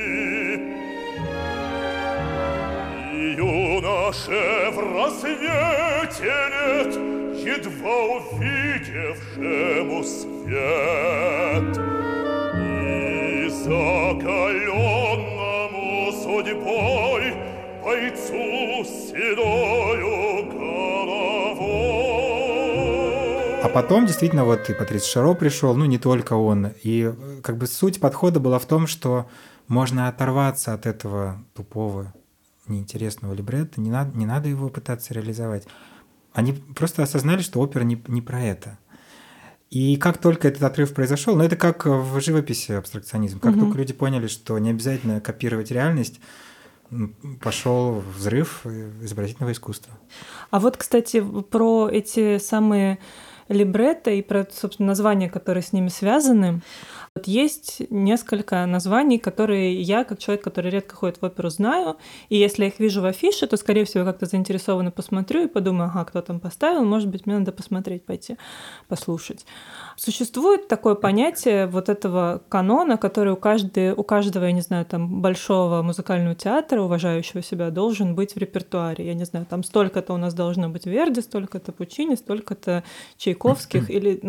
юноше в рассвете лет, едва увидевшему свет, и закаленному судьбой бойцу с седою головой. А потом действительно вот и Патрис Шаро пришел, ну не только он. И как бы суть подхода была в том, что можно оторваться от этого тупого, неинтересного либретто, не надо его пытаться реализовать. Они просто осознали, что опера не про это. И как только этот отрыв произошел, ну это как в живописи абстракционизм, как только люди поняли, что не обязательно копировать реальность, пошел взрыв изобразительного искусства. А вот, кстати, про эти самые либретто и про, собственно, названия, которые с ними связаны. Вот есть несколько названий, которые я, как человек, который редко ходит в оперу, знаю. И если я их вижу в афише, то, скорее всего, как-то заинтересованно посмотрю и подумаю, ага, кто там поставил, может быть, мне надо посмотреть, пойти послушать. Существует такое понятие вот этого канона, который у каждого, я не знаю, там, большого музыкального театра, уважающего себя, должен быть в репертуаре. Я не знаю, там столько-то у нас должно быть Верди, столько-то Пучини, столько-то Чайковских, или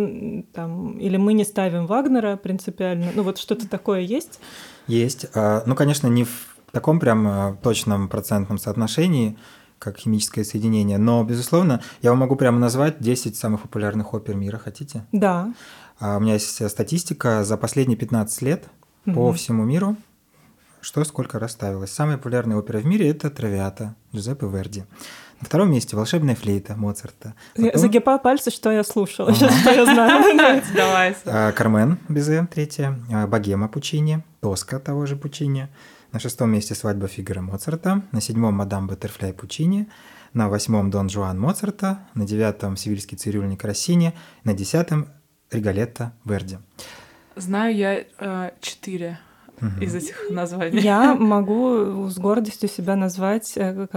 мы не ставим Вагнера принципиально. Ну вот что-то такое есть? Есть. Ну, конечно, не в таком прям точном процентном соотношении, как химическое соединение. Но, безусловно, я вам могу прямо назвать 10 самых популярных опер мира. Хотите? Да. У меня есть статистика за последние 15 лет по всему миру, что сколько раз ставилось. Самая популярная опера в мире – это «Травиата» Джузеппе Верди. На втором месте «Волшебная флейта» Моцарта. Загибаю пальцы, что я слушала, что я знаю. Давай. «Кармен» Бизе, третья. «Богема» Пучини. «Тоска» того же Пучини. На шестом месте «Свадьба Фигаро» Моцарта, на седьмом «Мадам Баттерфляй» Пучини, на восьмом «Дон Жуан» Моцарта, на девятом «Севильский цирюльник» Россини, на десятом «Риголетто» Верди. Знаю я 4 из этих названий. Я могу с гордостью себя назвать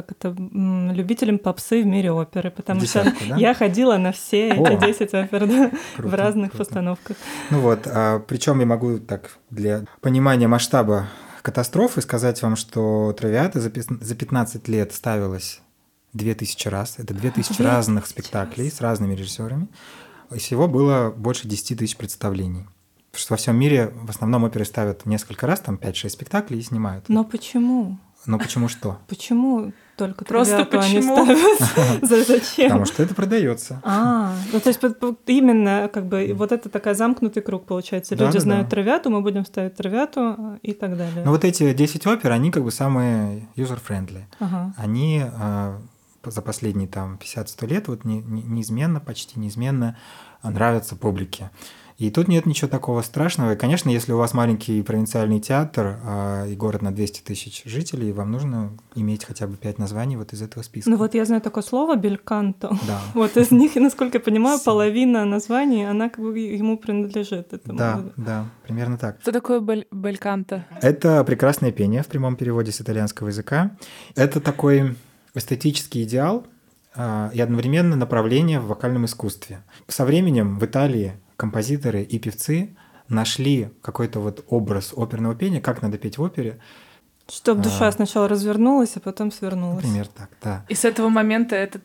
любителем попсы в мире оперы, потому что я ходила на все эти 10 опер в разных постановках. Ну вот, причем я могу так для понимания масштаба катастрофы сказать вам, что «Травиата» за 15 лет ставилась 2000 раз. Это 2000 разных спектаклей с разными режиссерами. И всего было больше 10 тысяч представлений. Потому что во всем мире в основном оперы ставят несколько раз, там 5-6 спектаклей и снимают. Но почему? Но почему что? Почему только просто почему? Они ставят? Зачем? Потому что это продается. Ну то есть именно как бы вот это такой замкнутый круг получается. Люди знают «Травиату», мы будем ставить «Травиату» и так далее. Но вот эти 10 опер, они как бы самые user-friendly. Они за последние там 50-100 лет вот неизменно, почти неизменно нравятся публике. И тут нет ничего такого страшного. И, конечно, если у вас маленький провинциальный театр и город на 200 тысяч жителей, вам нужно иметь хотя бы 5 названий вот из этого списка. Ну вот я знаю такое слово «бельканто». Да. Вот из них, насколько я понимаю, половина названий, она как бы ему принадлежит. Этому. Да, примерно так. Что такое бельканто? Это прекрасное пение в прямом переводе с итальянского языка. Это такой эстетический идеал и одновременно направление в вокальном искусстве. Со временем в Италии композиторы и певцы нашли какой-то вот образ оперного пения, как надо петь в опере. Чтобы душа сначала развернулась, а потом свернулась. Например, так, да. И с этого момента этот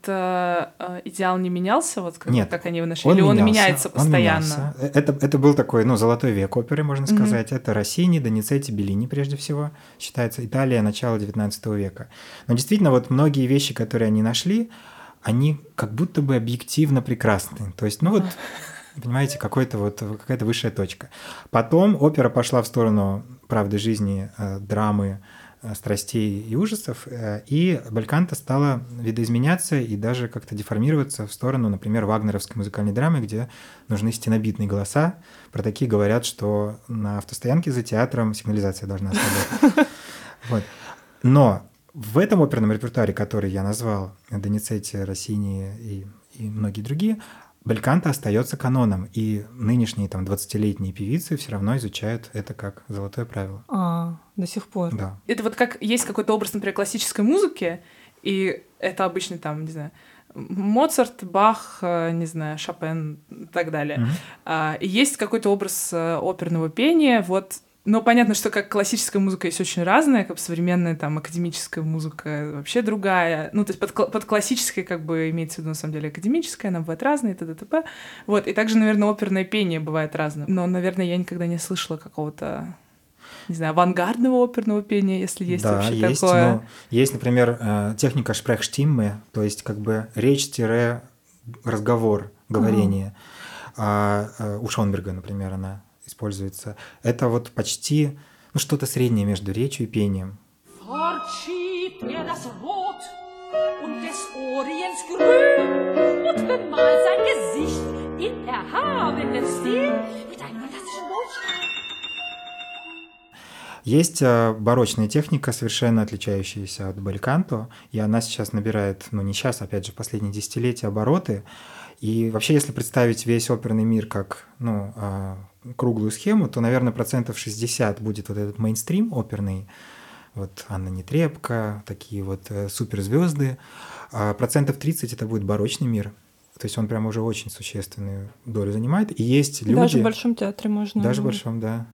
идеал не менялся? Вот Нет, как они его нашли? Или он меняется постоянно? Это был такой, золотой век оперы, можно сказать. Это Россини, Доницетти, Беллини, прежде всего. Считается Италия, начало XIX века. Но действительно, вот многие вещи, которые они нашли, они как будто бы объективно прекрасны. То есть, понимаете, какая-то высшая точка. Потом опера пошла в сторону правды жизни, драмы, страстей и ужасов, и бельканто стала видоизменяться и даже как-то деформироваться в сторону, например, вагнеровской музыкальной драмы, где нужны стенобитные голоса. Про такие говорят, что на автостоянке за театром сигнализация должна сработать. Но в этом оперном репертуаре, который я назвал, Доницетти, Россини и многие другие, бельканто остается каноном, и нынешние 20-летние певицы все равно изучают это как золотое правило. До сих пор. Да. Это вот как есть какой-то образ, например, классической музыки, и это обычно не знаю, Моцарт, Бах, не знаю, Шопен и так далее. И есть какой-то образ оперного пения, но понятно, что как классическая музыка есть очень разная, как современная академическая музыка вообще другая. То есть под классической имеется в виду на самом деле академическая, она бывает разная, и т.д. И также, наверное, оперное пение бывает разным. Но, наверное, я никогда не слышала какого-то, не знаю, авангардного оперного пения, если есть вообще есть, такое. Есть, например, техника Sprechstimme, то есть речь-разговор, говорение. у Шонберга, например, она используется. Это вот почти что-то среднее между речью и пением. Fortschiebt das Rot und des Orients grün und bemalt sein Gesicht in erhabenem Stil mit einem fantastischen Mondschein. Есть барочная техника, совершенно отличающаяся от бельканто, и она сейчас набирает, не сейчас, опять же, в последние десятилетия обороты. И вообще, если представить весь оперный мир как круглую схему, то, наверное, 60% будет вот этот мейнстрим оперный, вот Анна Нетребко, такие вот суперзвезды, а 30% это будет барочный мир. То есть он прям уже очень существенную долю занимает. И есть люди... Даже в Большом театре можно. Даже в Большом, да.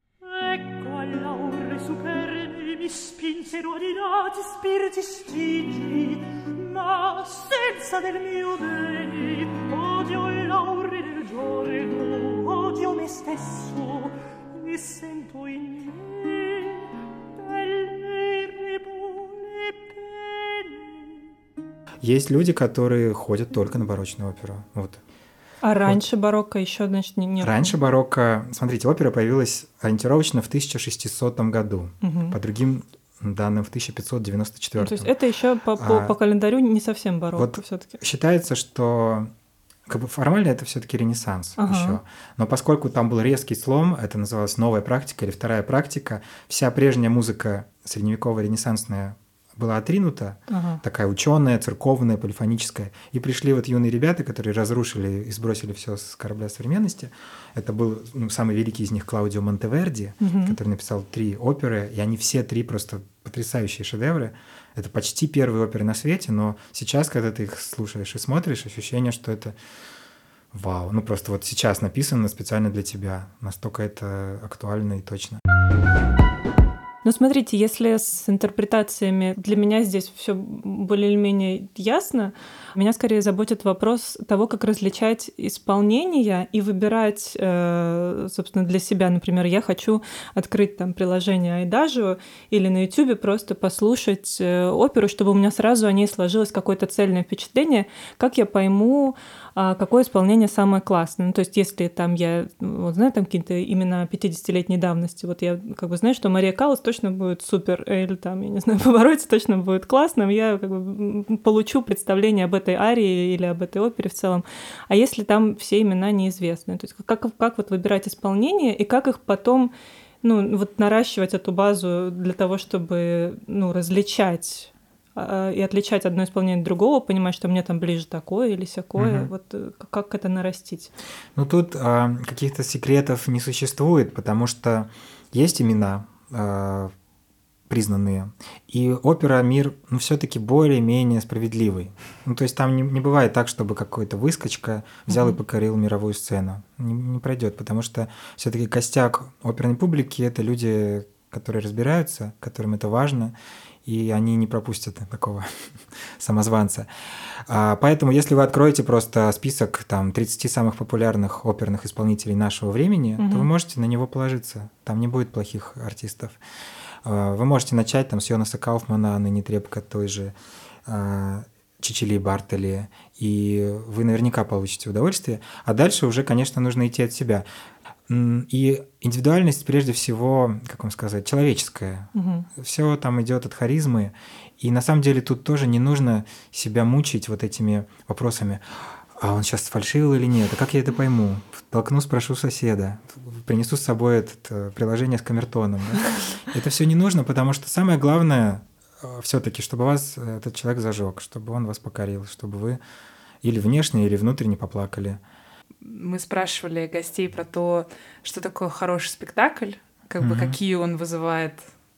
Есть люди, которые ходят только на барочную оперу. Вот. А раньше барокко еще, значит, не Раньше барокко... Смотрите, опера появилась ориентировочно в 1600 году. По другим данным, в 1594. То есть это еще по календарю не совсем барокко вот все-таки. Считается, что формально это все-таки Ренессанс еще. Но поскольку там был резкий слом, это называлось новая практика или вторая практика, вся прежняя музыка средневековая, ренессансная была отринута, такая ученая, церковная, полифоническая. И пришли вот юные ребята, которые разрушили и сбросили все с корабля современности. Это был самый великий из них Клаудио Монтеверди, который написал 3 оперы, и они все 3 просто потрясающие шедевры. Это почти первые оперы на свете, но сейчас, когда ты их слушаешь и смотришь, ощущение, что это вау. Просто вот сейчас написано специально для тебя. Настолько это актуально и точно. Ну, смотрите, если с интерпретациями для меня здесь все более или менее ясно, меня скорее заботит вопрос того, как различать исполнение и выбирать, собственно, для себя. Например, я хочу открыть там приложение Айдажио или на YouTube просто послушать оперу, чтобы у меня сразу о ней сложилось какое-то цельное впечатление, как я пойму, какое исполнение самое классное. Ну, то есть если там я, вот знаю, там какие-то имена 50-летней давности, вот я как бы знаю, что Мария Каллас точно будет супер, или там, я не знаю, Паваротти точно будет классным, я как бы получу представление об этой арии или об этой опере в целом. А если там все имена неизвестны? То есть как вот выбирать исполнение и как их потом, вот наращивать эту базу для того, чтобы, различать и отличать одно исполнение от другого, понимать, что мне там ближе такое или сякое. Вот как это нарастить? Тут каких-то секретов не существует, потому что есть имена признанные, и опера-мир все-таки более-менее справедливый. То есть там не бывает так, чтобы какой-то выскочка взял и покорил мировую сцену. Не пройдет, потому что все-таки костяк оперной публики — это люди, которые разбираются, которым это важно, и они не пропустят такого самозванца. Поэтому, если вы откроете просто список 30 самых популярных оперных исполнителей нашего времени, то вы можете на него положиться. Там не будет плохих артистов. Вы можете начать с Йонаса Кауфмана, Анны Нетребко, той же Чичили Бартоли, и вы наверняка получите удовольствие. А дальше уже, конечно, нужно идти от себя. И индивидуальность, прежде всего, как вам сказать, человеческая. Все там идет от харизмы. И на самом деле тут тоже не нужно себя мучить вот этими вопросами. А он сейчас сфальшивил или нет? А как я это пойму? Толкну, спрошу соседа. Принесу с собой это приложение с камертоном. Да? Это все не нужно, потому что самое главное все-таки, чтобы вас этот человек зажег, чтобы он вас покорил, чтобы вы или внешне, или внутренне поплакали. Мы спрашивали гостей про то, что такое хороший спектакль, какие он вызывает,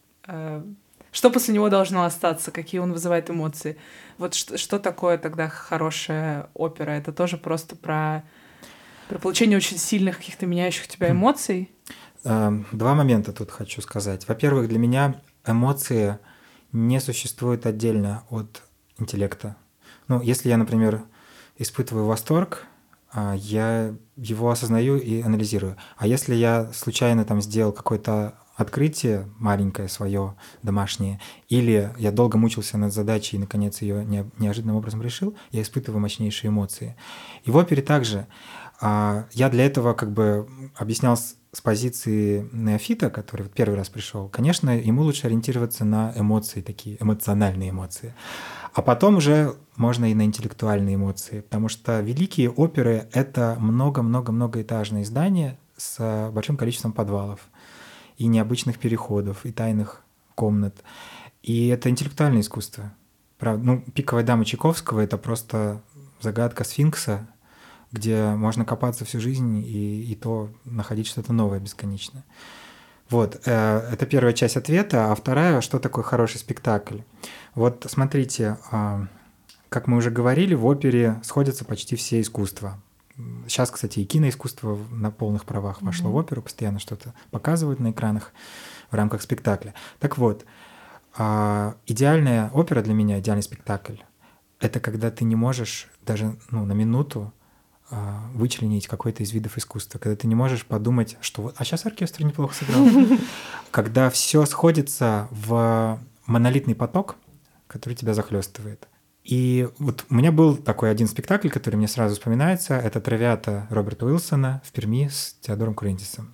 что после него должно остаться, какие он вызывает эмоции. Вот что такое тогда хорошая опера? Это тоже просто про получение очень сильных каких-то меняющих тебя эмоций? 2 момента тут хочу сказать. Во-первых, для меня эмоции не существуют отдельно от интеллекта. Если я, например, испытываю восторг, я его осознаю и анализирую. А если я случайно сделал какое-то открытие маленькое свое, домашнее, или я долго мучился над задачей и, наконец, ее неожиданным образом решил, я испытываю мощнейшие эмоции. И в опере также Я для этого как бы объяснял с позиции неофита, который вот первый раз пришел. Конечно, ему лучше ориентироваться на эмоции, такие эмоциональные эмоции. А потом уже можно и на интеллектуальные эмоции, потому что великие оперы — это много-много-многоэтажные здания с большим количеством подвалов и необычных переходов, и тайных комнат. И это интеллектуальное искусство. Правда, «Пиковая дама» Чайковского — это просто загадка сфинкса, где можно копаться всю жизнь и то находить что-то новое бесконечно. Вот, это первая часть ответа. А вторая, что такое хороший спектакль? Вот смотрите, как мы уже говорили, в опере сходятся почти все искусства. Сейчас, кстати, и киноискусство на полных правах вошло в оперу, постоянно что-то показывают на экранах в рамках спектакля. Так вот, идеальная опера для меня, идеальный спектакль — это когда ты не можешь даже на минуту вычленить какой-то из видов искусства, когда ты не можешь подумать, что сейчас оркестр неплохо сыграл, когда все сходится в монолитный поток, который тебя захлестывает. И вот у меня был такой один спектакль, который мне сразу вспоминается, это «Травиата» Роберта Уилсона в Перми с Теодором Курентисом.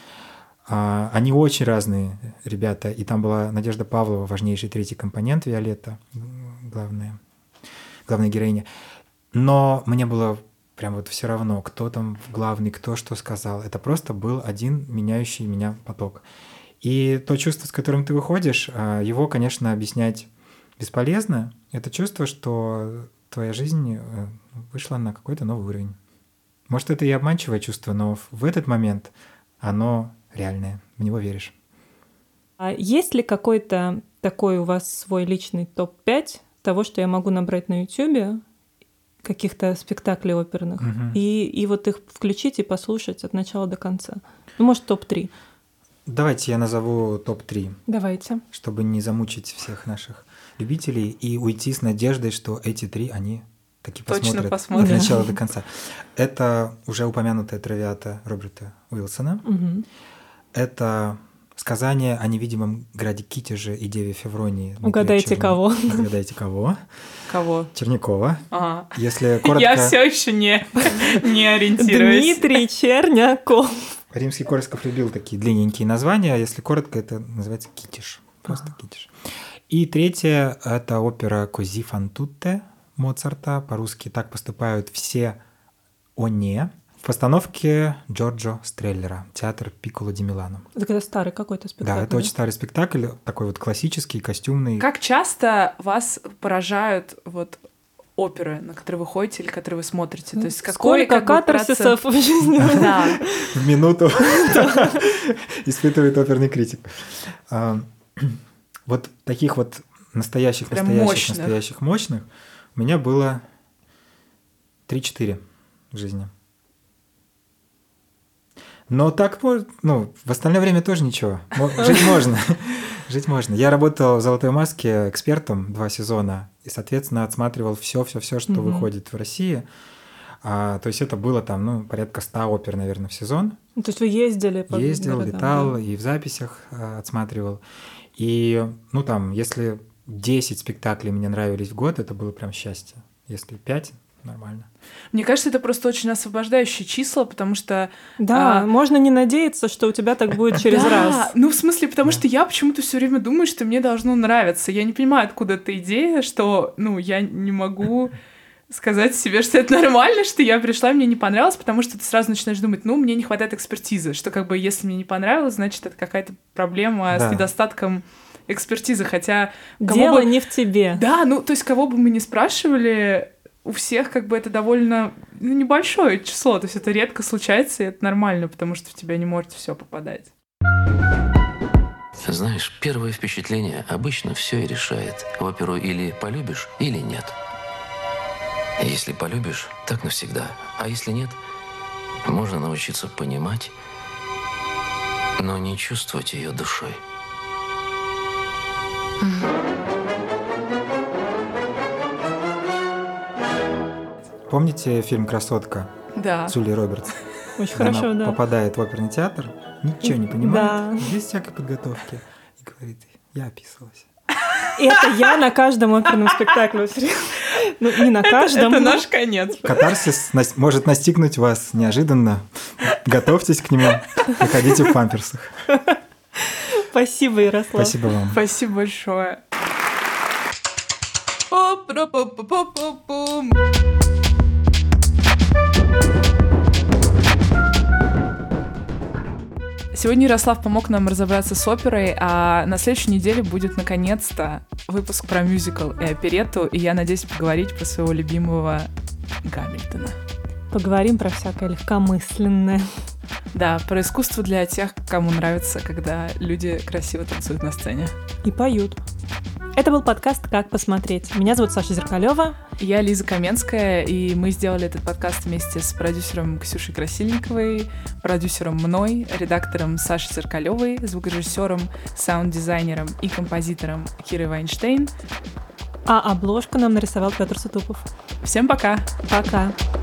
Они очень разные ребята, и там была Надежда Павлова, важнейший третий компонент, Виолетта, главная героиня. Но мне было прям вот все равно, кто там главный, кто что сказал. Это просто был один меняющий меня поток. И то чувство, с которым ты выходишь, его, конечно, объяснять бесполезно. Это чувство, что твоя жизнь вышла на какой-то новый уровень. Может, это и обманчивое чувство, но в этот момент оно реальное, в него веришь. А есть ли какой-то такой у вас свой личный топ-5 того, что я могу набрать на YouTube, каких-то спектаклей оперных, и вот их включить и послушать от начала до конца? Может, топ-3? Давайте я назову топ-3. Давайте. Чтобы не замучить всех наших любителей и уйти с надеждой, что эти 3 они таки посмотрят от начала до конца. Это уже упомянутая «Травиата» Роберта Уилсона. Это сказание о невидимом граде Китеже и деве Февронии. Угадайте, кого? Угадайте, кого? Кого? Чернякова. Ага. Если коротко... Я все еще не ориентируюсь. Дмитрий Черняков. Римский-Корсаков любил такие длинненькие названия, а если коротко, это называется «Китеж». Просто «Китеж». И третье — это опера «Кози фан тутте» Моцарта. По-русски «Так поступают все они». В постановке Джорджо Стреллера, театр Пикколо ди Милано. Это старый какой-то спектакль. Да, это очень старый спектакль, такой вот классический, костюмный. Как часто вас поражают вот оперы, на которые вы ходите или которые вы смотрите? То есть сколько катарсисов в жизни в минуту испытывает оперный критик. Вот таких вот настоящих мощных у меня было 3-4 в жизни. Но так, в остальное время тоже ничего. Жить можно. Я работал в «Золотой маске» экспертом 2 сезона и, соответственно, отсматривал все, что выходит в России. То есть это было там, порядка 100 опер, наверное, в сезон. То есть вы ездили по Ездил, летал, и в записях отсматривал. И, если 10 спектаклей мне нравились в год, это было прям счастье. Если 5, нормально. Мне кажется, это просто очень освобождающие числа, потому что... Да, можно не надеяться, что у тебя так будет через раз. В смысле, потому что я почему-то все время думаю, что мне должно нравиться. Я не понимаю, откуда эта идея, что, я не могу сказать себе, что это нормально, что я пришла, мне не понравилось, потому что ты сразу начинаешь думать, мне не хватает экспертизы, что если мне не понравилось, значит, это какая-то проблема с недостатком экспертизы, хотя... Дело не в тебе. Да, то есть кого бы мы ни спрашивали... У всех это довольно небольшое число, то есть это редко случается, и это нормально, потому что в тебя не может все попадать. Знаешь, первое впечатление обычно все и решает. Оперу или полюбишь, или нет. Если полюбишь, так навсегда. А если нет, можно научиться понимать, но не чувствовать ее душой. Помните фильм «Красотка»? Да. С Джулией Робертс? Очень хорошо, она попадает в оперный театр, ничего не понимает, без всякой подготовки, и говорит: я описывалась. Это я на каждом оперном спектакле. Ну, не на каждом. Это наш конец. Катарсис может настигнуть вас неожиданно. Готовьтесь к нему и ходите в памперсах. Спасибо, Ярослав. Спасибо вам. Спасибо большое. Сегодня Ярослав помог нам разобраться с оперой, а на следующей неделе будет наконец-то выпуск про мюзикл и оперетту, и я надеюсь поговорить про своего любимого Гамильтона. Поговорим про всякое легкомысленное. Да, про искусство для тех, кому нравится, когда люди красиво танцуют на сцене. И поют. Это был подкаст «Как посмотреть». Меня зовут Саша Зеркалёва. Я Лиза Каменская, и мы сделали этот подкаст вместе с продюсером Ксюшей Красильниковой, продюсером мной, редактором Сашей Зеркалёвой, звукорежиссером, саунд-дизайнером и композитором Кирой Вайнштейн. А обложку нам нарисовал Петр Сутупов. Всем пока! Пока!